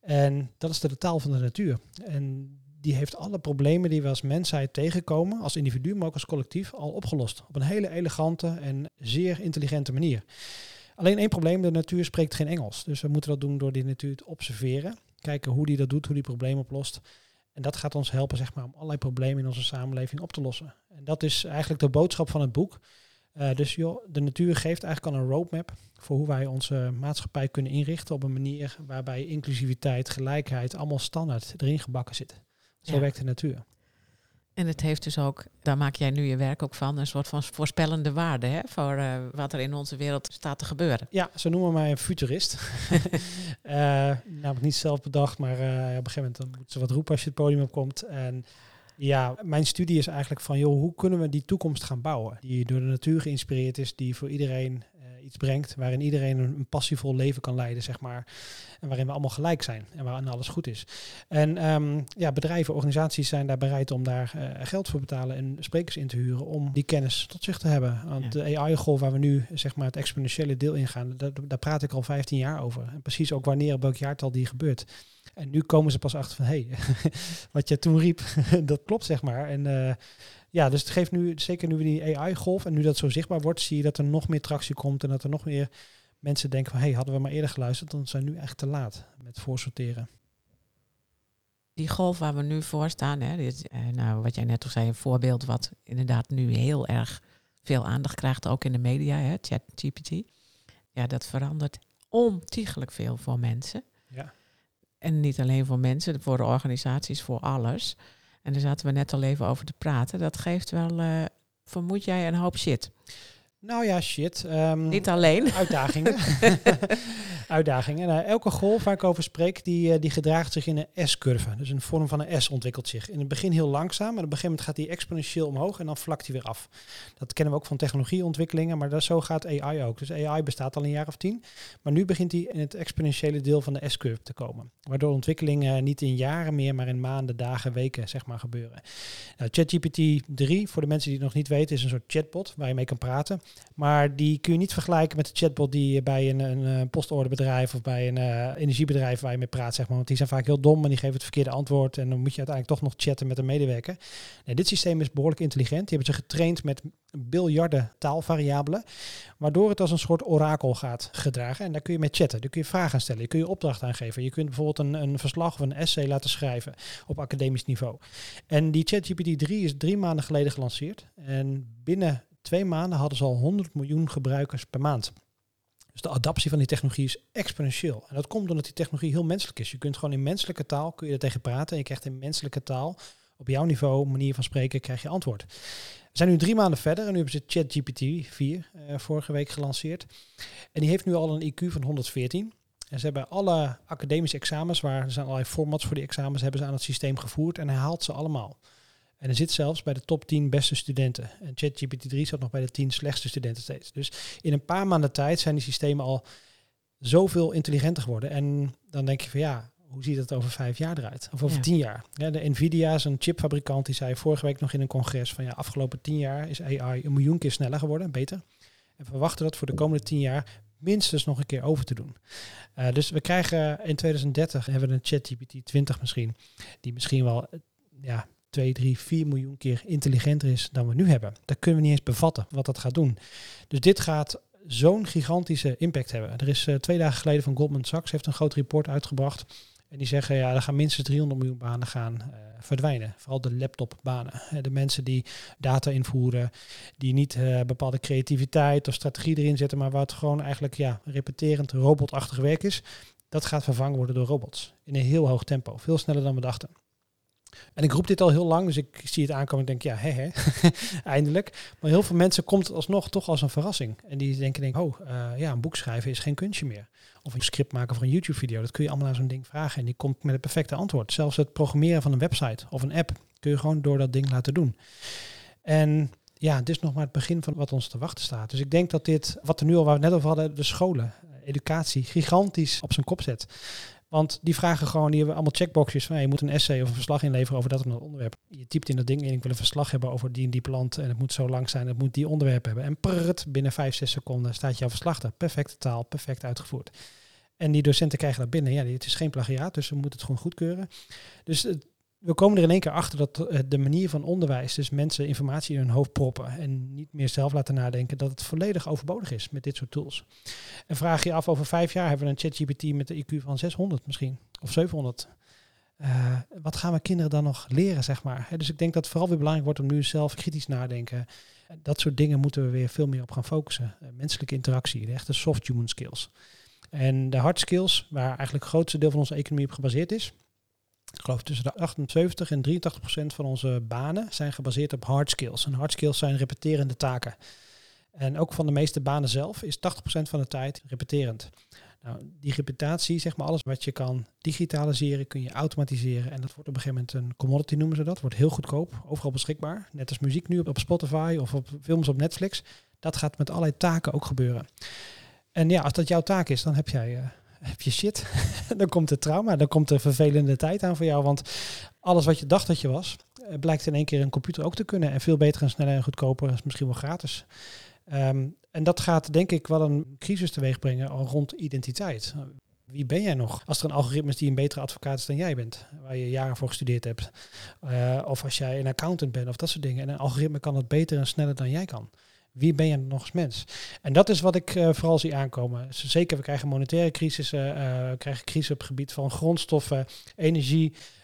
En dat is de taal van de natuur. En die heeft alle problemen die we als mensheid tegenkomen, als individu, maar ook als collectief, al opgelost. Op een hele elegante en zeer intelligente manier. Alleen één probleem, de natuur spreekt geen Engels. Dus we moeten dat doen door die natuur te observeren. Kijken hoe die dat doet, hoe die problemen oplost. En dat gaat ons helpen, zeg maar, om allerlei problemen in onze samenleving op te lossen. En dat is eigenlijk de boodschap van het boek. Uh, dus joh, de natuur geeft eigenlijk al een roadmap voor hoe wij onze maatschappij kunnen inrichten op een manier waarbij inclusiviteit, gelijkheid, allemaal standaard erin gebakken zitten. Zo ja. werkt de natuur.
En het heeft dus ook, daar maak jij nu je werk ook van, een soort van voorspellende waarde, hè, voor uh, wat er in onze wereld staat te gebeuren.
Ja, ze noemen mij een futurist. uh, namelijk niet zelf bedacht, maar uh, op een gegeven moment dan moeten ze wat roepen als je het podium opkomt. En ja, mijn studie is eigenlijk van, joh, hoe kunnen we die toekomst gaan bouwen? Die door de natuur geïnspireerd is, die voor iedereen uh, iets brengt, waarin iedereen een, een passievol leven kan leiden, zeg maar. En waarin we allemaal gelijk zijn en waarin alles goed is. En um, ja, bedrijven, organisaties zijn daar bereid om daar uh, geld voor te betalen en sprekers in te huren om die kennis tot zich te hebben. Want ja. de A I-golf waar we nu, zeg maar, het exponentiële deel ingaan, daar, daar praat ik al vijftien jaar over. En precies ook wanneer op welk jaartal die gebeurt. En nu komen ze pas achter van, hé, hey, wat je toen riep, dat klopt, zeg maar. En uh, ja, dus het geeft nu, zeker nu we die A I-golf en nu dat zo zichtbaar wordt, zie je dat er nog meer tractie komt en dat er nog meer mensen denken van, hé, hey, hadden we maar eerder geluisterd, dan zijn we nu echt te laat met voorsorteren.
die golf waar we nu voor staan, hè, dit, uh, nou, wat jij net al zei, een voorbeeld wat inderdaad nu heel erg veel aandacht krijgt, ook in de media, hè, ChatGPT. Ja, dat verandert ontiegelijk veel voor mensen.
Ja.
En niet alleen voor mensen, voor de organisaties, voor alles. En daar zaten we net al even over te praten. Dat geeft wel, uh, vermoed jij, een hoop shit.
Nou ja, shit. Um,
Niet alleen.
Uitdagingen. uitdagingen. Nou, elke golf waar ik over spreek, die, die gedraagt zich in een S-curve. Dus een vorm van een S ontwikkelt zich. In het begin heel langzaam, maar op een gegeven moment gaat die exponentieel omhoog en dan vlakt hij weer af. Dat kennen we ook van technologieontwikkelingen, maar dat, zo gaat A I ook. Dus A I bestaat al een jaar of tien, maar nu begint hij in het exponentiële deel van de S-curve te komen. Waardoor ontwikkelingen niet in jaren meer, maar in maanden, dagen, weken zeg maar gebeuren. Nou, ChatGPT drie, voor de mensen die het nog niet weten, is een soort chatbot waar je mee kan praten. Maar die kun je niet vergelijken met de chatbot die bij een, een postorderbedrijf of bij een uh, energiebedrijf waar je mee praat, zeg maar. Want die zijn vaak heel dom en die geven het verkeerde antwoord en dan moet je uiteindelijk toch nog chatten met een medewerker. Nee, dit systeem is behoorlijk intelligent. Die hebben ze getraind met biljarden taalvariabelen, waardoor het als een soort orakel gaat gedragen. En daar kun je mee chatten, daar kun je vragen aan stellen, je kun je opdracht aangeven. Je kunt bijvoorbeeld een, een verslag of een essay laten schrijven op academisch niveau. En die ChatGPT drie is drie maanden geleden gelanceerd en binnen twee maanden hadden ze al honderd miljoen gebruikers per maand. Dus de adaptie van die technologie is exponentieel. En dat komt omdat die technologie heel menselijk is. Je kunt gewoon in menselijke taal, kun je er tegen praten. En je krijgt in menselijke taal, op jouw niveau, manier van spreken, krijg je antwoord. We zijn nu drie maanden verder en nu hebben ze ChatGPT vier uh, vorige week gelanceerd. En die heeft nu al een I Q van honderdveertien. En ze hebben alle academische examens, waar er zijn allerlei formats voor die examens, hebben ze aan het systeem gevoerd en hij haalt ze allemaal. En hij zit zelfs bij de top tien beste studenten. En ChatGPT drie zat nog bij de tien slechtste studenten steeds. Dus in een paar maanden tijd zijn die systemen al zoveel intelligenter geworden. En dan denk je van ja, hoe ziet het over vijf jaar eruit? Of over ja. tien jaar? Ja, de Nvidia is een chipfabrikant, die zei vorige week nog in een congres van ja, afgelopen tien jaar is A I een miljoen keer sneller geworden, beter. En we verwachten dat voor de komende tien jaar minstens nog een keer over te doen. Uh, dus we krijgen in twintig dertig, hebben we een ChatGPT twintig misschien, die misschien wel ja, twee, drie, vier miljoen keer intelligenter is dan we nu hebben. Dat kunnen we niet eens bevatten wat dat gaat doen. Dus dit gaat zo'n gigantische impact hebben. Er is uh, twee dagen geleden van Goldman Sachs heeft een groot rapport uitgebracht. En die zeggen, ja, er gaan minstens driehonderd miljoen banen gaan uh, verdwijnen. Vooral de laptopbanen. Uh, de mensen die data invoeren, die niet uh, bepaalde creativiteit of strategie erin zetten, maar waar het gewoon eigenlijk ja, repeterend robotachtig werk is. Dat gaat vervangen worden door robots. In een heel hoog tempo. Veel sneller dan we dachten. En ik roep dit al heel lang, dus ik zie het aankomen en denk, ja, hè, hè, eindelijk. Maar heel veel mensen komt het alsnog toch als een verrassing. En die denken, denk, oh, uh, ja, een boek schrijven is geen kunstje meer. Of een script maken voor een YouTube-video, dat kun je allemaal naar zo'n ding vragen. En die komt met het perfecte antwoord. Zelfs het programmeren van een website of een app kun je gewoon door dat ding laten doen. En ja, dit is nog maar het begin van wat ons te wachten staat. Dus ik denk dat dit, wat er nu al, waar we het net over hadden, de scholen, educatie, gigantisch op zijn kop zet. Want die vragen gewoon, die hebben allemaal checkboxjes van hey, je moet een essay of een verslag inleveren over dat en dat onderwerp. Je typt in dat ding in, ik wil een verslag hebben over die en die plant en het moet zo lang zijn, het moet die onderwerp hebben. En prrrt, binnen vijf, zes seconden staat jouw verslag er. Perfecte taal, perfect uitgevoerd. En die docenten krijgen dat binnen. Ja, het is geen plagiaat, dus we moeten het gewoon goedkeuren. Dus we komen er in één keer achter dat de manier van onderwijs, dus mensen informatie in hun hoofd proppen en niet meer zelf laten nadenken, dat het volledig overbodig is met dit soort tools. En vraag je af, over vijf jaar hebben we een ChatGPT met een I Q van zeshonderd misschien, of zevenhonderd. Uh, wat gaan we kinderen dan nog leren, zeg maar? He, dus ik denk dat het vooral weer belangrijk wordt om nu zelf kritisch nadenken. Dat soort dingen moeten we weer veel meer op gaan focussen. Uh, menselijke interactie, de echte soft human skills. En de hard skills, waar eigenlijk het grootste deel van onze economie op gebaseerd is. Ik geloof tussen de achtenzeventig en drieëntachtig procent van onze banen zijn gebaseerd op hard skills. En hard skills zijn repeterende taken. En ook van de meeste banen zelf is tachtig procent van de tijd repeterend. Nou, die reputatie, zeg maar alles wat je kan digitaliseren, kun je automatiseren. En dat wordt op een gegeven moment een commodity, noemen ze dat. Wordt heel goedkoop, overal beschikbaar. Net als muziek nu op Spotify of op films op Netflix. Dat gaat met allerlei taken ook gebeuren. En ja, als dat jouw taak is, dan heb jij... Uh, heb je shit. Dan komt het trauma, dan komt de vervelende tijd aan voor jou. Want alles wat je dacht dat je was, blijkt in één keer een computer ook te kunnen. En veel beter en sneller en goedkoper, misschien wel gratis. Um, en dat gaat denk ik wel een crisis teweeg brengen al rond identiteit. Wie ben jij nog? Als er een algoritme is die een betere advocaat is dan jij bent, waar je jaren voor gestudeerd hebt. Uh, of als jij een accountant bent of dat soort dingen. En een algoritme kan dat beter en sneller dan jij kan. Wie ben je nog als mens? En dat is wat ik uh, vooral zie aankomen. Zeker, we krijgen monetaire crisis, uh, we krijgen crisis op het gebied van grondstoffen, energie.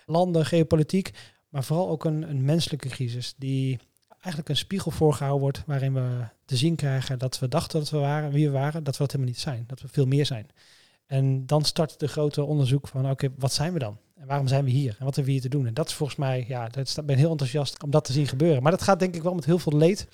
landen, geopolitiek, maar vooral ook een, een menselijke crisis die eigenlijk een spiegel voorgehouden wordt waarin we te zien krijgen dat we dachten dat we waren, wie we waren, dat we dat helemaal niet zijn, dat we veel meer zijn. En dan start de grote onderzoek van oké, okay, wat zijn we dan? En waarom zijn we hier? En wat hebben we hier te doen? En dat is volgens mij, ja, ik ben heel enthousiast om dat te zien gebeuren. Maar dat gaat denk ik wel met heel veel leed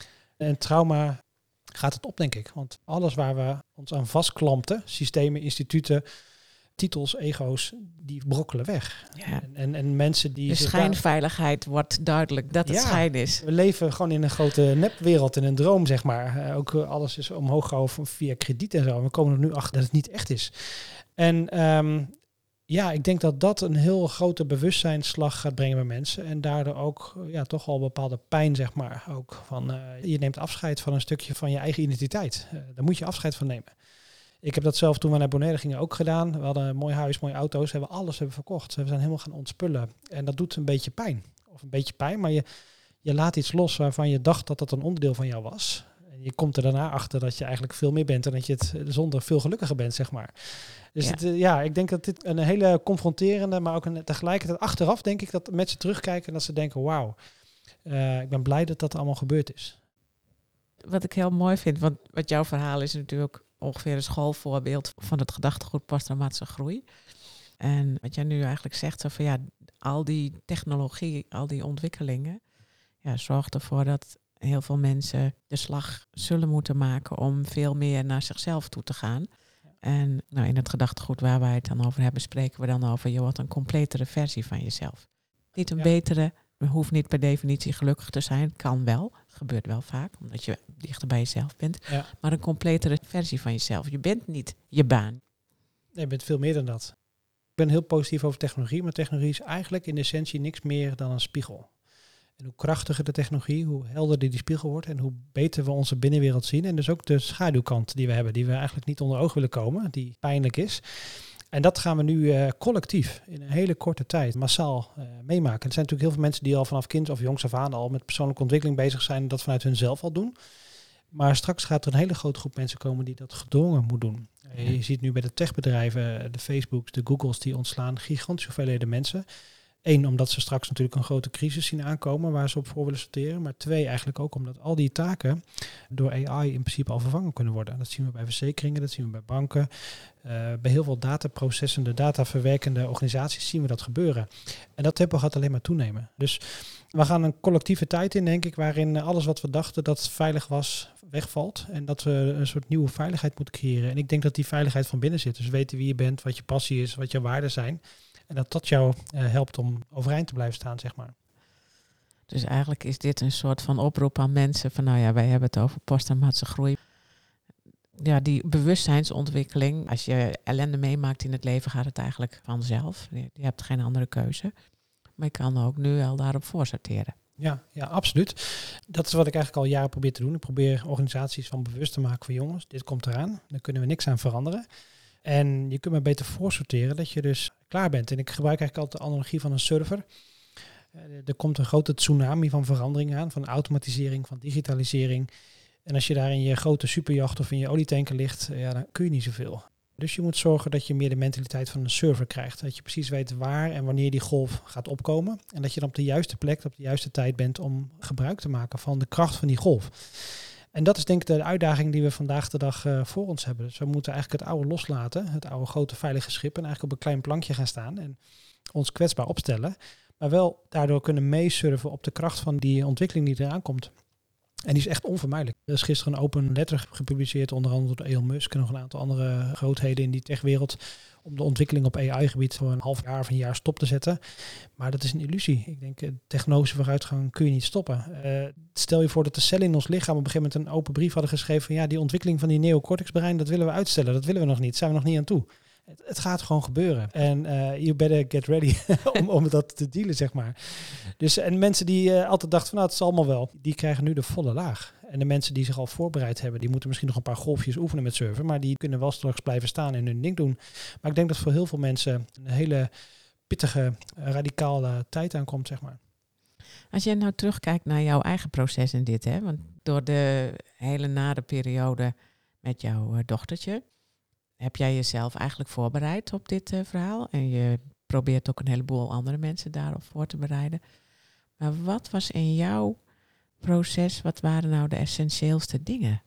en trauma gaat het op, denk ik. Want alles waar we ons aan vastklampten, systemen, instituten, titels, ego's, die brokkelen weg.
Ja.
En, en, en mensen die...
De schijnveiligheid daar... wordt duidelijk dat het ja, schijn is.
We leven gewoon in een grote nepwereld, in een droom, zeg maar. Uh, ook uh, alles is omhoog gehouden via krediet en zo. En we komen er nu achter dat het niet echt is. En um, ja, ik denk dat dat een heel grote bewustzijnsslag gaat brengen bij mensen. En daardoor ook ja, toch al bepaalde pijn, zeg maar. Ook van, uh, je neemt afscheid van een stukje van je eigen identiteit. Uh, daar moet je afscheid van nemen. Ik heb dat zelf toen we naar Bonaire gingen ook gedaan. We hadden een mooi huis, mooie auto's. Hebben alles hebben verkocht. We zijn helemaal gaan ontspullen. En dat doet een beetje pijn. Of een beetje pijn, maar je, je laat iets los waarvan je dacht dat dat een onderdeel van jou was. En je komt er daarna achter dat je eigenlijk veel meer bent en dat je het zonder veel gelukkiger bent, zeg maar. Dus ja, het, ja ik denk dat dit een hele confronterende, maar ook een, tegelijkertijd achteraf denk ik dat mensen terugkijken en dat ze denken, wauw, uh, ik ben blij dat dat allemaal gebeurd is.
Wat ik heel mooi vind, want wat jouw verhaal is natuurlijk ongeveer een schoolvoorbeeld van het gedachtegoed posttraumatische groei. En wat jij nu eigenlijk zegt, zo van ja, al die technologie, al die ontwikkelingen, ja, zorgt ervoor dat heel veel mensen de slag zullen moeten maken om veel meer naar zichzelf toe te gaan. En nou, in het gedachtegoed waar wij het dan over hebben, spreken we dan over je wordt een completere versie van jezelf. Niet een ja. betere, hoeft niet per definitie gelukkig te zijn, kan wel, gebeurt wel vaak, omdat je dichter bij jezelf bent. Ja. Maar een completere versie van jezelf. Je bent niet je baan.
Nee, je bent veel meer dan dat. Ik ben heel positief over technologie, maar technologie is eigenlijk in essentie niks meer dan een spiegel. En hoe krachtiger de technologie, hoe helderder die spiegel wordt en hoe beter we onze binnenwereld zien. En dus ook de schaduwkant die we hebben, die we eigenlijk niet onder oog willen komen, die pijnlijk is. En dat gaan we nu uh, collectief in een hele korte tijd massaal uh, meemaken. Er zijn natuurlijk heel veel mensen die al vanaf kind of jongs af aan al met persoonlijke ontwikkeling bezig zijn en dat vanuit hunzelf al doen. Maar straks gaat er een hele grote groep mensen komen die dat gedwongen moet doen. Ja. Je ziet nu bij de techbedrijven, de Facebooks, de Googles, die ontslaan gigantische hoeveelheden mensen. Eén, omdat ze straks natuurlijk een grote crisis zien aankomen waar ze op voor willen sorteren. Maar twee, eigenlijk ook omdat al die taken door A I in principe al vervangen kunnen worden. Dat zien we bij verzekeringen, dat zien we bij banken. Uh, bij heel veel dataprocessende, dataverwerkende organisaties zien we dat gebeuren. En dat tempo gaat alleen maar toenemen. Dus we gaan een collectieve tijd in, denk ik, waarin alles wat we dachten dat veilig was, wegvalt. En dat we een soort nieuwe veiligheid moeten creëren. En ik denk dat die veiligheid van binnen zit. Dus weten wie je bent, wat je passie is, wat je waarden zijn. En dat dat jou uh, helpt om overeind te blijven staan, zeg maar.
Dus eigenlijk is dit een soort van oproep aan mensen van, nou ja, wij hebben het over posttraumatische groei. Ja, die bewustzijnsontwikkeling, als je ellende meemaakt in het leven, gaat het eigenlijk vanzelf. Je, je hebt geen andere keuze. Maar je kan ook nu al daarop voorsorteren.
Ja, ja, absoluut. Dat is wat ik eigenlijk al jaren probeer te doen. Ik probeer organisaties van bewust te maken van jongens, dit komt eraan. Daar kunnen we niks aan veranderen. En je kunt maar beter voorsorteren dat je dus klaar bent. En ik gebruik eigenlijk altijd de analogie van een surfer. Uh, er komt een grote tsunami van verandering aan, van automatisering, van digitalisering. En als je daar in je grote superjacht of in je olietanker ligt, uh, ja, dan kun je niet zoveel. Dus je moet zorgen dat je meer de mentaliteit van een surfer krijgt. Dat je precies weet waar en wanneer die golf gaat opkomen. En dat je dan op de juiste plek, op de juiste tijd bent om gebruik te maken van de kracht van die golf. En dat is denk ik de uitdaging die we vandaag de dag uh, voor ons hebben. Dus we moeten eigenlijk het oude loslaten, het oude grote veilige schip, en eigenlijk op een klein plankje gaan staan en ons kwetsbaar opstellen. Maar wel daardoor kunnen meesurfen op de kracht van die ontwikkeling die eraan komt. En die is echt onvermijdelijk. Er is gisteren een open letter gepubliceerd, onder andere door Elon Musk en nog een aantal andere grootheden in die techwereld, om de ontwikkeling op A I-gebied voor een half jaar of een jaar stop te zetten. Maar dat is een illusie. Ik denk, technologische vooruitgang kun je niet stoppen. Uh, stel je voor dat de cellen in ons lichaam op een gegeven moment een open brief hadden geschreven van ja, die ontwikkeling van die neocortexbrein, dat willen we uitstellen. Dat willen we nog niet. Zijn we nog niet aan toe. Het, het gaat gewoon gebeuren. En uh, you better get ready om, om dat te dealen, zeg maar. Dus, en mensen die uh, altijd dachten van nou, het is allemaal wel, die krijgen nu de volle laag. En de mensen die zich al voorbereid hebben, die moeten misschien nog een paar golfjes oefenen met surfen, maar die kunnen wel straks blijven staan en hun ding doen. Maar ik denk dat voor heel veel mensen een hele pittige, radicale tijd aankomt, zeg maar.
Als jij nou terugkijkt naar jouw eigen proces in dit, hè, want door de hele nare periode met jouw uh, dochtertje, heb jij jezelf eigenlijk voorbereid op dit uh, verhaal? En je probeert ook een heleboel andere mensen daarop voor te bereiden. Maar wat was in jouw proces, wat waren nou de essentieelste dingen?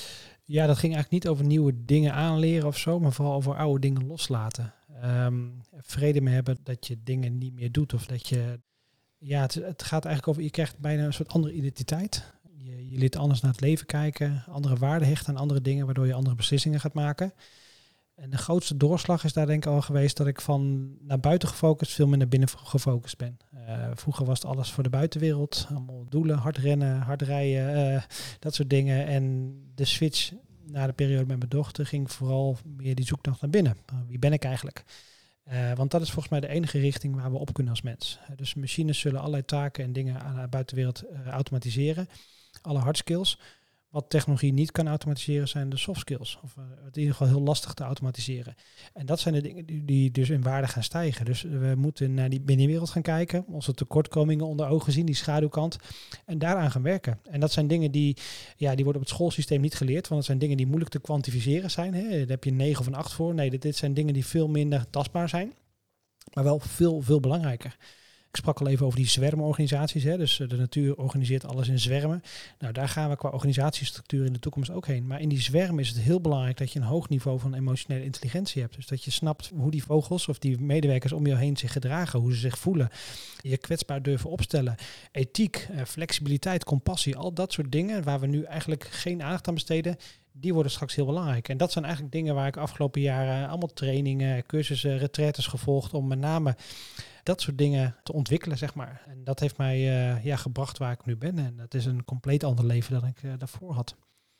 Ja, dat ging eigenlijk niet over nieuwe dingen aanleren of zo, maar vooral over oude dingen loslaten. Um, vrede mee hebben dat je dingen niet meer doet of dat je... Ja, het, het gaat eigenlijk over, je krijgt bijna een soort andere identiteit. Je, je leert anders naar het leven kijken, andere waarden hechten aan andere dingen, waardoor je andere beslissingen gaat maken. En de grootste doorslag is daar denk ik al geweest dat ik van naar buiten gefocust veel meer naar binnen gefocust ben. Uh, vroeger was het alles voor de buitenwereld, allemaal doelen, hard rennen, hard rijden, uh, dat soort dingen. En de switch na de periode met mijn dochter ging vooral meer die zoektocht naar binnen. Uh, wie ben ik eigenlijk? Uh, want dat is volgens mij de enige richting waar we op kunnen als mens. Uh, dus machines zullen allerlei taken en dingen aan de buitenwereld uh, automatiseren. Alle hard skills. Wat technologie niet kan automatiseren zijn de soft skills. Of uh, in ieder geval heel lastig te automatiseren. En dat zijn de dingen die, die dus in waarde gaan stijgen. Dus we moeten naar die binnenwereld gaan kijken. Onze tekortkomingen onder ogen zien, die schaduwkant. En daaraan gaan werken. En dat zijn dingen die, ja, die worden op het schoolsysteem niet geleerd. Want dat zijn dingen die moeilijk te kwantificeren zijn. Hè. Daar heb je een negen of een acht voor. Nee, dit, dit zijn dingen die veel minder tastbaar zijn. Maar wel veel, veel belangrijker. Ik sprak al even over die zwermorganisaties. Hè. Dus de natuur organiseert alles in zwermen. Nou, daar gaan we qua organisatiestructuur in de toekomst ook heen. Maar in die zwermen is het heel belangrijk dat je een hoog niveau van emotionele intelligentie hebt. Dus dat je snapt hoe die vogels of die medewerkers om je heen zich gedragen. Hoe ze zich voelen. Je kwetsbaar durven opstellen. Ethiek, flexibiliteit, compassie. Al dat soort dingen waar we nu eigenlijk geen aandacht aan besteden. Die worden straks heel belangrijk. En dat zijn eigenlijk dingen waar ik afgelopen jaren allemaal trainingen, cursussen, retraites gevolgd om met name dat soort dingen te ontwikkelen, zeg maar. En dat heeft mij uh, ja, gebracht waar ik nu ben. En dat is een compleet ander leven dan ik uh, daarvoor had.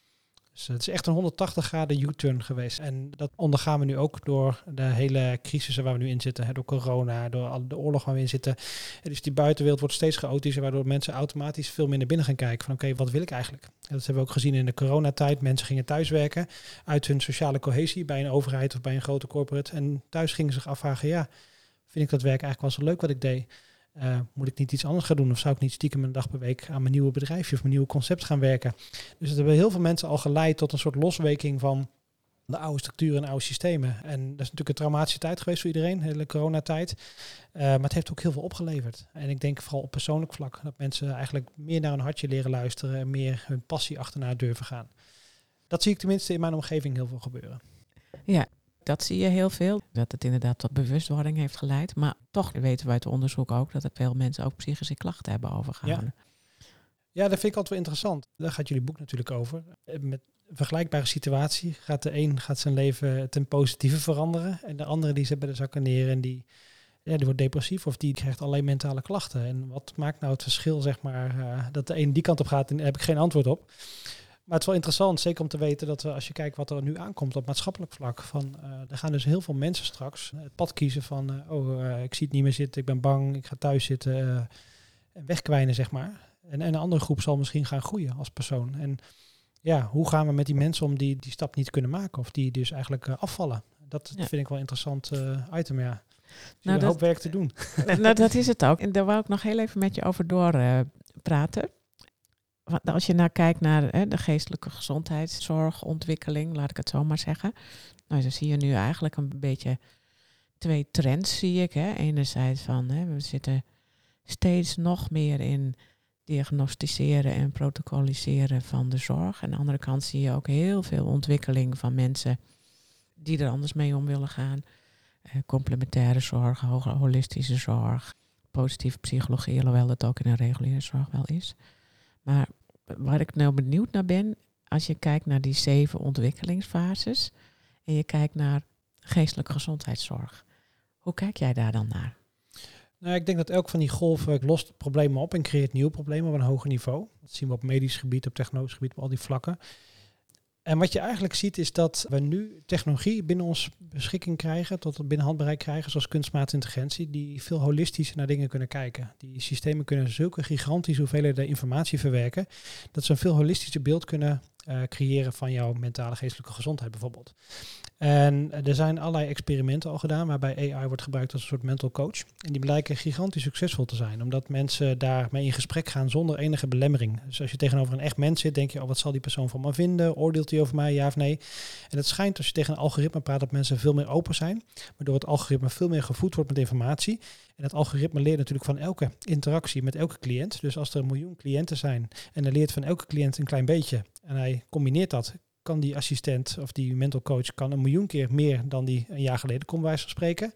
Dus het is echt een honderdtachtig graden U-turn geweest. En dat ondergaan we nu ook door de hele crisissen waar we nu in zitten. Hè, door corona, door de oorlog waar we in zitten. En dus die buitenwereld wordt steeds chaotischer, waardoor mensen automatisch veel meer naar binnen gaan kijken. Van oké, okay, wat wil ik eigenlijk? En dat hebben we ook gezien in de coronatijd. Mensen gingen thuiswerken uit hun sociale cohesie bij een overheid of bij een grote corporate. En thuis gingen ze zich afvragen, ja, vind ik dat werk eigenlijk wel zo leuk wat ik deed? Uh, moet ik niet iets anders gaan doen? Of zou ik niet stiekem een dag per week aan mijn nieuwe bedrijfje of mijn nieuwe concept gaan werken? Dus het hebben heel veel mensen al geleid tot een soort losweking van de oude structuren en oude systemen. En dat is natuurlijk een traumatische tijd geweest voor iedereen, de hele coronatijd. Uh, maar het heeft ook heel veel opgeleverd. En ik denk vooral op persoonlijk vlak dat mensen eigenlijk meer naar hun hartje leren luisteren en meer hun passie achterna durven gaan. Dat zie ik tenminste in mijn omgeving heel veel gebeuren.
Ja. Dat zie je heel veel, dat het inderdaad tot bewustwording heeft geleid. Maar toch weten we uit onderzoek ook dat er veel mensen ook psychische klachten hebben overgehouden.
Ja. ja, dat vind ik altijd wel interessant. Daar gaat jullie boek natuurlijk over. Met een vergelijkbare situatie gaat de een gaat zijn leven ten positieve veranderen. En de andere die zit bij de zakken neer en die, ja, die wordt depressief of die krijgt allerlei mentale klachten. En wat maakt nou het verschil, zeg maar, uh, dat de een die kant op gaat en daar heb ik geen antwoord op. Maar het is wel interessant, zeker om te weten dat we, als je kijkt wat er nu aankomt op maatschappelijk vlak, van uh, er gaan dus heel veel mensen straks het pad kiezen van, uh, oh, uh, ik zie het niet meer zitten, ik ben bang, ik ga thuis zitten uh, en wegkwijnen, zeg maar. En, en een andere groep zal misschien gaan groeien als persoon. En ja, hoe gaan we met die mensen om die die stap niet kunnen maken of die dus eigenlijk uh, afvallen? Dat ja. vind ik wel een interessant uh, item, ja. Dus nou, een dat, hoop werk te doen.
Nou, dat is het ook. En daar wou ik nog heel even met je over door uh, praten. Als je nou kijkt naar hè, de geestelijke gezondheidszorgontwikkeling, laat ik het zo maar zeggen. Nou, dan zie je nu eigenlijk een beetje twee trends, zie ik. Hè. Enerzijds van, hè, we zitten steeds nog meer in diagnosticeren en protocoliseren van de zorg. Aan de andere kant zie je ook heel veel ontwikkeling van mensen die er anders mee om willen gaan. Uh, complementaire zorg, holistische zorg, positieve psychologie, alhoewel dat ook in een reguliere zorg wel is. Maar waar ik nou benieuwd naar ben, als je kijkt naar die zeven ontwikkelingsfases en je kijkt naar geestelijke gezondheidszorg. Hoe kijk jij daar dan naar?
Nou, ik denk dat elk van die golven lost problemen op en creëert nieuwe problemen op een hoger niveau. Dat zien we op medisch gebied, op technologisch gebied, op al die vlakken. En wat je eigenlijk ziet is dat we nu technologie binnen ons beschikking krijgen, tot binnen handbereik krijgen, zoals kunstmatige intelligentie, die veel holistischer naar dingen kunnen kijken. Die systemen kunnen zulke gigantische hoeveelheden informatie verwerken, dat ze een veel holistischer beeld kunnen uh, creëren van jouw mentale geestelijke gezondheid bijvoorbeeld. En er zijn allerlei experimenten al gedaan waarbij A I wordt gebruikt als een soort mental coach. En die blijken gigantisch succesvol te zijn, omdat mensen daarmee in gesprek gaan zonder enige belemmering. Dus als je tegenover een echt mens zit, denk je, oh, wat zal die persoon van me vinden? Oordeelt hij over mij, ja of nee? En het schijnt, als je tegen een algoritme praat, dat mensen veel meer open zijn, waardoor het algoritme veel meer gevoed wordt met informatie. En het algoritme leert natuurlijk van elke interactie met elke cliënt. Dus als er een miljoen cliënten zijn en hij leert van elke cliënt een klein beetje en hij combineert dat, kan die assistent of die mental coach kan een miljoen keer meer dan die een jaar geleden kon, bij wijze van spreken.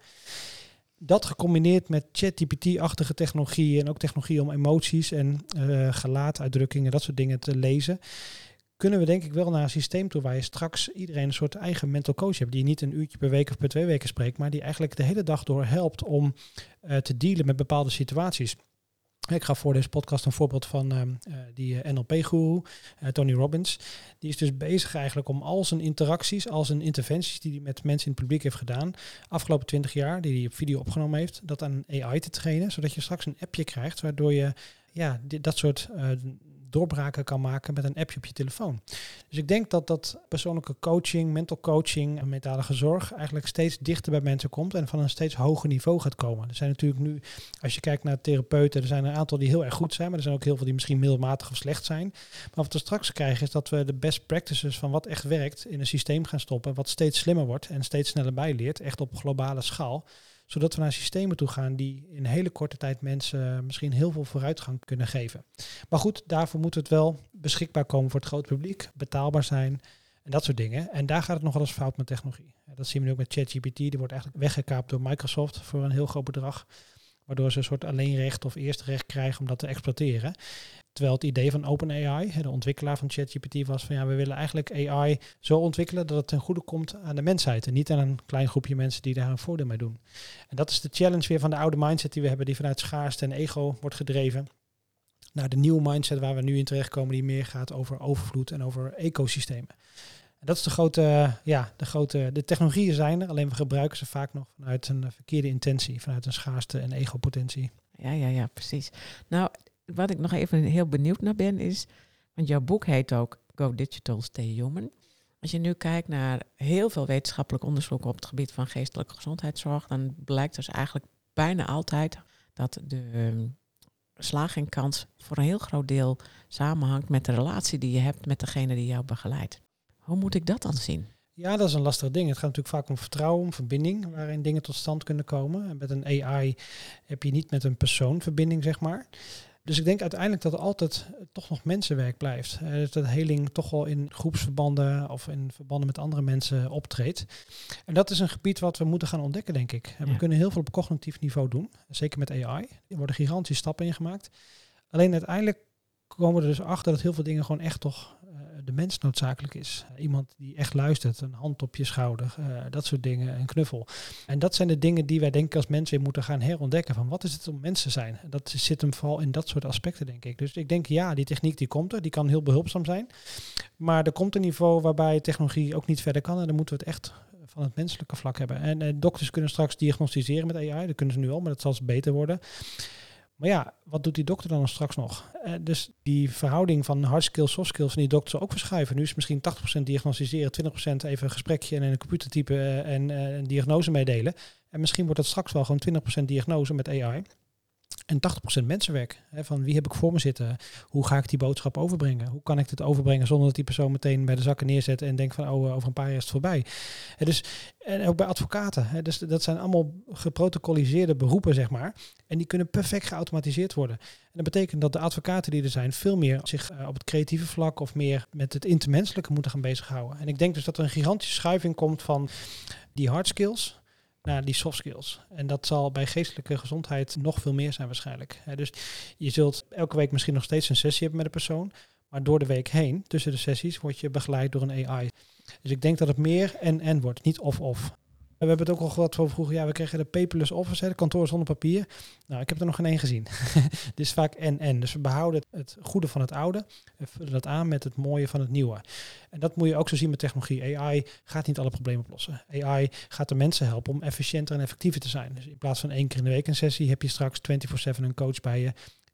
Dat gecombineerd met ChatGPT-achtige technologie en ook technologie om emoties en uh, gelaatuitdrukkingen, dat soort dingen te lezen, kunnen we denk ik wel naar een systeem toe waar je straks iedereen een soort eigen mental coach hebt, die niet een uurtje per week of per twee weken spreekt, maar die eigenlijk de hele dag door helpt om uh, te dealen met bepaalde situaties. Ik ga voor deze podcast een voorbeeld van uh, uh, die uh, N L P-goeroe, uh, Tony Robbins. Die is dus bezig eigenlijk om al zijn interacties, al zijn interventies die hij met mensen in het publiek heeft gedaan, afgelopen twintig jaar, die hij op video opgenomen heeft, dat aan A I te trainen, zodat je straks een appje krijgt, waardoor je ja, dit, dat soort uh, doorbraken kan maken met een appje op je telefoon. Dus ik denk dat dat persoonlijke coaching, mental coaching en mentalige zorg eigenlijk steeds dichter bij mensen komt en van een steeds hoger niveau gaat komen. Er zijn natuurlijk nu, als je kijkt naar therapeuten, er zijn een aantal die heel erg goed zijn, maar er zijn ook heel veel die misschien middelmatig of slecht zijn. Maar wat we straks krijgen is dat we de best practices van wat echt werkt in een systeem gaan stoppen, wat steeds slimmer wordt en steeds sneller bijleert, echt op globale schaal, zodat we naar systemen toe gaan die in hele korte tijd mensen misschien heel veel vooruitgang kunnen geven. Maar goed, daarvoor moet het wel beschikbaar komen voor het grote publiek, betaalbaar zijn en dat soort dingen. En daar gaat het nog wel eens fout met technologie. Dat zien we nu ook met ChatGPT. Die wordt eigenlijk weggekaapt door Microsoft voor een heel groot bedrag, waardoor ze een soort alleenrecht of eerste recht krijgen om dat te exploiteren. Terwijl het idee van OpenAI, de ontwikkelaar van ChatGPT, was van ja, we willen eigenlijk A I zo ontwikkelen dat het ten goede komt aan de mensheid en niet aan een klein groepje mensen die daar een voordeel mee doen. En dat is de challenge weer van de oude mindset die we hebben, die vanuit schaarste en ego wordt gedreven, naar de nieuwe mindset waar we nu in terechtkomen, die meer gaat over overvloed en over ecosystemen. En dat is de grote, ja, de grote, de technologieën zijn er, alleen we gebruiken ze vaak nog vanuit een verkeerde intentie, vanuit een schaarste en ego-potentie.
Ja, ja, ja, precies. Nou, wat ik nog even heel benieuwd naar ben is, want jouw boek heet ook Go Digital, Stay Human. Als je nu kijkt naar heel veel wetenschappelijk onderzoek op het gebied van geestelijke gezondheidszorg, dan blijkt dus eigenlijk bijna altijd dat de um, slagingskans voor een heel groot deel samenhangt met de relatie die je hebt met degene die jou begeleidt. Hoe moet ik dat dan zien?
Ja, dat is een lastig ding. Het gaat natuurlijk vaak om vertrouwen, om verbinding, waarin dingen tot stand kunnen komen. En met een A I heb je niet met een persoon verbinding, zeg maar. Dus ik denk uiteindelijk dat er altijd toch nog mensenwerk blijft. Uh, dat heling toch wel in groepsverbanden of in verbanden met andere mensen optreedt. En dat is een gebied wat we moeten gaan ontdekken, denk ik. En we
Ja.
kunnen heel veel op cognitief niveau doen, zeker met A I. Er worden gigantische stappen in gemaakt. Alleen uiteindelijk komen we er dus achter dat heel veel dingen gewoon echt toch uh, de mens noodzakelijk is. Uh, iemand die echt luistert, een hand op je schouder, uh, dat soort dingen, een knuffel. En dat zijn de dingen die wij denk ik als mensen weer moeten gaan herontdekken. Van wat is het om mensen te zijn? Dat zit hem vooral in dat soort aspecten, denk ik. Dus ik denk ja, die techniek die komt er, die kan heel behulpzaam zijn. Maar er komt een niveau waarbij technologie ook niet verder kan. En dan moeten we het echt van het menselijke vlak hebben. En uh, dokters kunnen straks diagnosticeren met A I. Dat kunnen ze nu al, maar dat zal beter worden. Maar ja, wat doet die dokter dan straks nog? Uh, dus die verhouding van hard skills, soft skills van die dokter zal ook verschuiven. Nu is het misschien tachtig procent diagnosticeren, twintig procent even een gesprekje en in een computer typen uh, en uh, een diagnose meedelen. En misschien wordt het straks wel gewoon twintig procent diagnose met A I. En tachtig procent mensenwerk. Hè, van wie heb ik voor me zitten? Hoe ga ik die boodschap overbrengen? Hoe kan ik dit overbrengen zonder dat die persoon meteen bij de zakken neerzet en denkt van oh, over een paar jaar is het voorbij. Hè, dus, en ook bij advocaten. Hè, dus dat zijn allemaal geprotocoliseerde beroepen, zeg maar. En die kunnen perfect geautomatiseerd worden. En dat betekent dat de advocaten die er zijn veel meer zich uh, op het creatieve vlak of meer met het intermenselijke moeten gaan bezighouden. En ik denk dus dat er een gigantische schuiving komt van die hard skills naar die soft skills. En dat zal bij geestelijke gezondheid nog veel meer zijn waarschijnlijk. He, dus je zult elke week misschien nog steeds een sessie hebben met een persoon, maar door de week heen, tussen de sessies, word je begeleid door een A I. Dus ik denk dat het meer en-en wordt, niet of-of. We hebben het ook al gehad van vroeger, ja, we kregen de paperless office, de kantoor zonder papier. Nou, ik heb er nog geen één gezien. Dit is vaak en-en. Dus we behouden het goede van het oude en vullen dat aan met het mooie van het nieuwe. En dat moet je ook zo zien met technologie. A I gaat niet alle problemen oplossen. A I gaat de mensen helpen om efficiënter en effectiever te zijn. Dus in plaats van één keer in de week een sessie, heb je straks vierentwintig zeven een coach bij je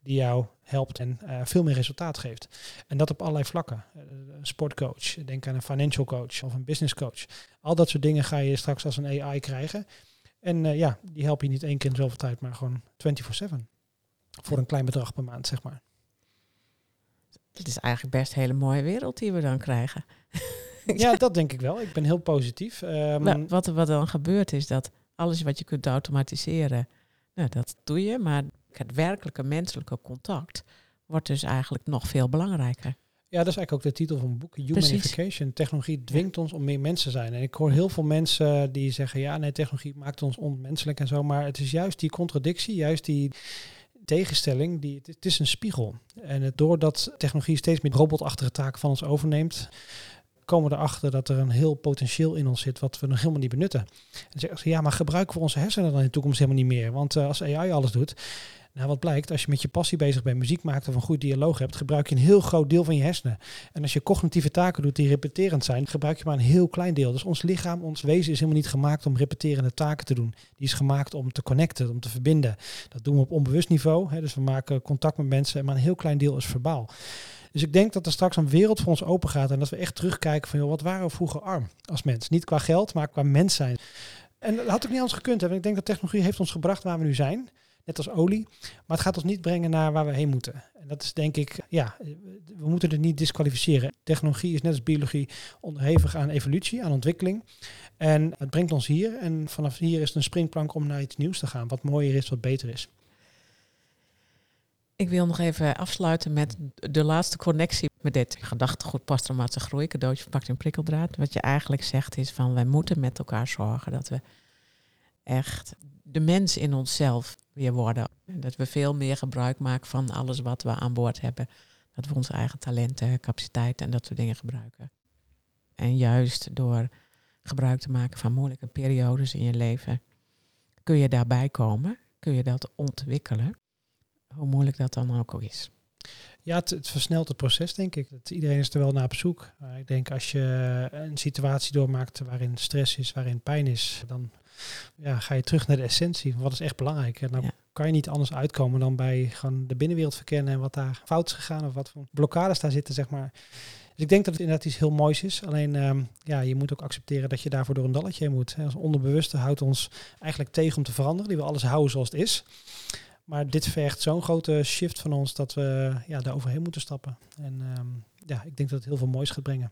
die jou helpt en uh, veel meer resultaat geeft. En dat op allerlei vlakken. Uh, een sportcoach, denk aan een financial coach of een business coach. Al dat soort dingen ga je straks als een A I krijgen. En uh, ja, die help je niet één keer in zoveel tijd, maar gewoon vierentwintig zeven. Voor een klein bedrag per maand, zeg maar.
Het is eigenlijk best een hele mooie wereld die we dan krijgen.
Ja, dat denk ik wel. Ik ben heel positief. Um,
nou, wat er wat dan gebeurt is dat alles wat je kunt automatiseren, nou, dat doe je. Maar het werkelijke menselijke contact wordt dus eigenlijk nog veel belangrijker.
Ja, dat is eigenlijk ook de titel van mijn boek, Humanification. Technologie dwingt ons om meer mensen te zijn. En ik hoor heel veel mensen die zeggen, ja, nee, technologie maakt ons onmenselijk en zo. Maar het is juist die contradictie, juist die tegenstelling, die, het is een spiegel. En het, doordat technologie steeds meer robotachtige taken van ons overneemt, komen we erachter dat er een heel potentieel in ons zit wat we nog helemaal niet benutten. En zeggen ze, ja, maar gebruiken we onze hersenen dan in de toekomst helemaal niet meer? Want uh, als A I alles doet, nou wat blijkt, als je met je passie bezig bent, muziek maakt of een goed dialoog hebt, gebruik je een heel groot deel van je hersenen. En als je cognitieve taken doet die repeterend zijn, gebruik je maar een heel klein deel. Dus ons lichaam, ons wezen is helemaal niet gemaakt om repeterende taken te doen. Die is gemaakt om te connecten, om te verbinden. Dat doen we op onbewust niveau. Hè, dus we maken contact met mensen, maar een heel klein deel is verbaal. Dus ik denk dat er straks een wereld voor ons open gaat en dat we echt terugkijken van, joh, wat waren we vroeger arm als mens? Niet qua geld, maar qua mens zijn. En dat had ook niet anders gekund hebben. Ik denk dat technologie heeft ons gebracht waar we nu zijn. Net als olie. Maar het gaat ons niet brengen naar waar we heen moeten. En dat is denk ik, ja, we moeten het niet disqualificeren. Technologie is net als biologie onderhevig aan evolutie, aan ontwikkeling. En het brengt ons hier. En vanaf hier is het een springplank om naar iets nieuws te gaan. Wat mooier is, wat beter is.
Ik wil nog even afsluiten met de laatste connectie met dit gedachtegoed posttraumatische groei, cadeautje verpakt in prikkeldraad. Wat je eigenlijk zegt is van, wij moeten met elkaar zorgen dat we echt de mens in onszelf weer worden. Dat we veel meer gebruik maken van alles wat we aan boord hebben. Dat we onze eigen talenten, capaciteiten en dat soort dingen gebruiken. En juist door gebruik te maken van moeilijke periodes in je leven, kun je daarbij komen, kun je dat ontwikkelen. Hoe moeilijk dat dan ook al is.
Ja, het, het versnelt het proces, denk ik. Het, iedereen is er wel naar op zoek. Maar ik denk als je een situatie doormaakt waarin stress is, waarin pijn is, dan ja, ga je terug naar de essentie. Wat is echt belangrijk? En dan ja. kan je niet anders uitkomen dan bij gewoon de binnenwereld verkennen en wat daar fout is gegaan of wat voor blokkades daar zitten, zeg maar. Dus ik denk dat het inderdaad iets heel moois is. Alleen, um, ja, je moet ook accepteren dat je daarvoor door een dalletje heen moet. Als onderbewuste houdt ons eigenlijk tegen om te veranderen. Die wil alles houden zoals het is. Maar dit vergt zo'n grote shift van ons dat we ja, daar overheen moeten stappen. En um, ja, ik denk dat het heel veel moois gaat brengen.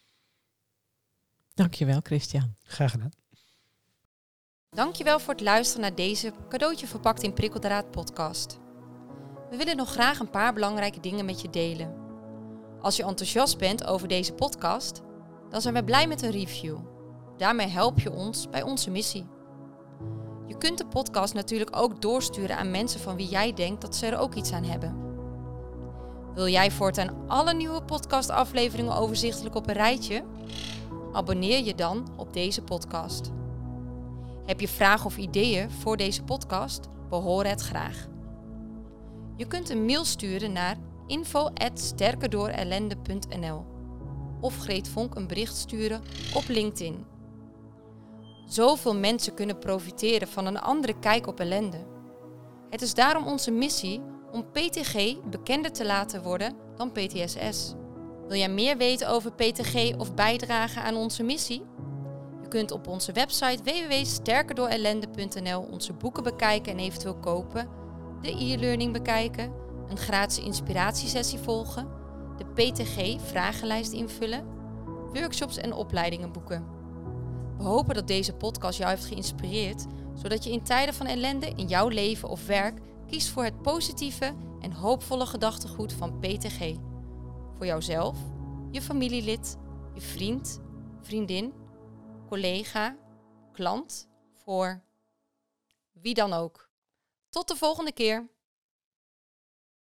Dankjewel, Christian.
Graag gedaan.
Dankjewel voor het luisteren naar deze cadeautje verpakt in prikkeldraad podcast. We willen nog graag een paar belangrijke dingen met je delen. Als je enthousiast bent over deze podcast, dan zijn we blij met een review. Daarmee help je ons bij onze missie. Je kunt de podcast natuurlijk ook doorsturen aan mensen van wie jij denkt dat ze er ook iets aan hebben. Wil jij voortaan alle nieuwe podcastafleveringen overzichtelijk op een rijtje? Abonneer je dan op deze podcast. Heb je vragen of ideeën voor deze podcast? We horen het graag. Je kunt een mail sturen naar info at sterkerdoorellende punt n l of Greet Vonk een bericht sturen op LinkedIn. Zoveel mensen kunnen profiteren van een andere kijk op ellende. Het is daarom onze missie om P T G bekender te laten worden dan P T S S. Wil jij meer weten over P T G of bijdragen aan onze missie? Je kunt op onze website w w w punt sterkerdoorellende punt n l onze boeken bekijken en eventueel kopen, de e-learning bekijken, een gratis inspiratiesessie volgen, de P T G-vragenlijst invullen, workshops en opleidingen boeken. We hopen dat deze podcast jou heeft geïnspireerd, zodat je in tijden van ellende in jouw leven of werk kiest voor het positieve en hoopvolle gedachtegoed van P T G. Voor jouzelf, je familielid, je vriend, vriendin, collega, klant, voor wie dan ook. Tot de volgende keer!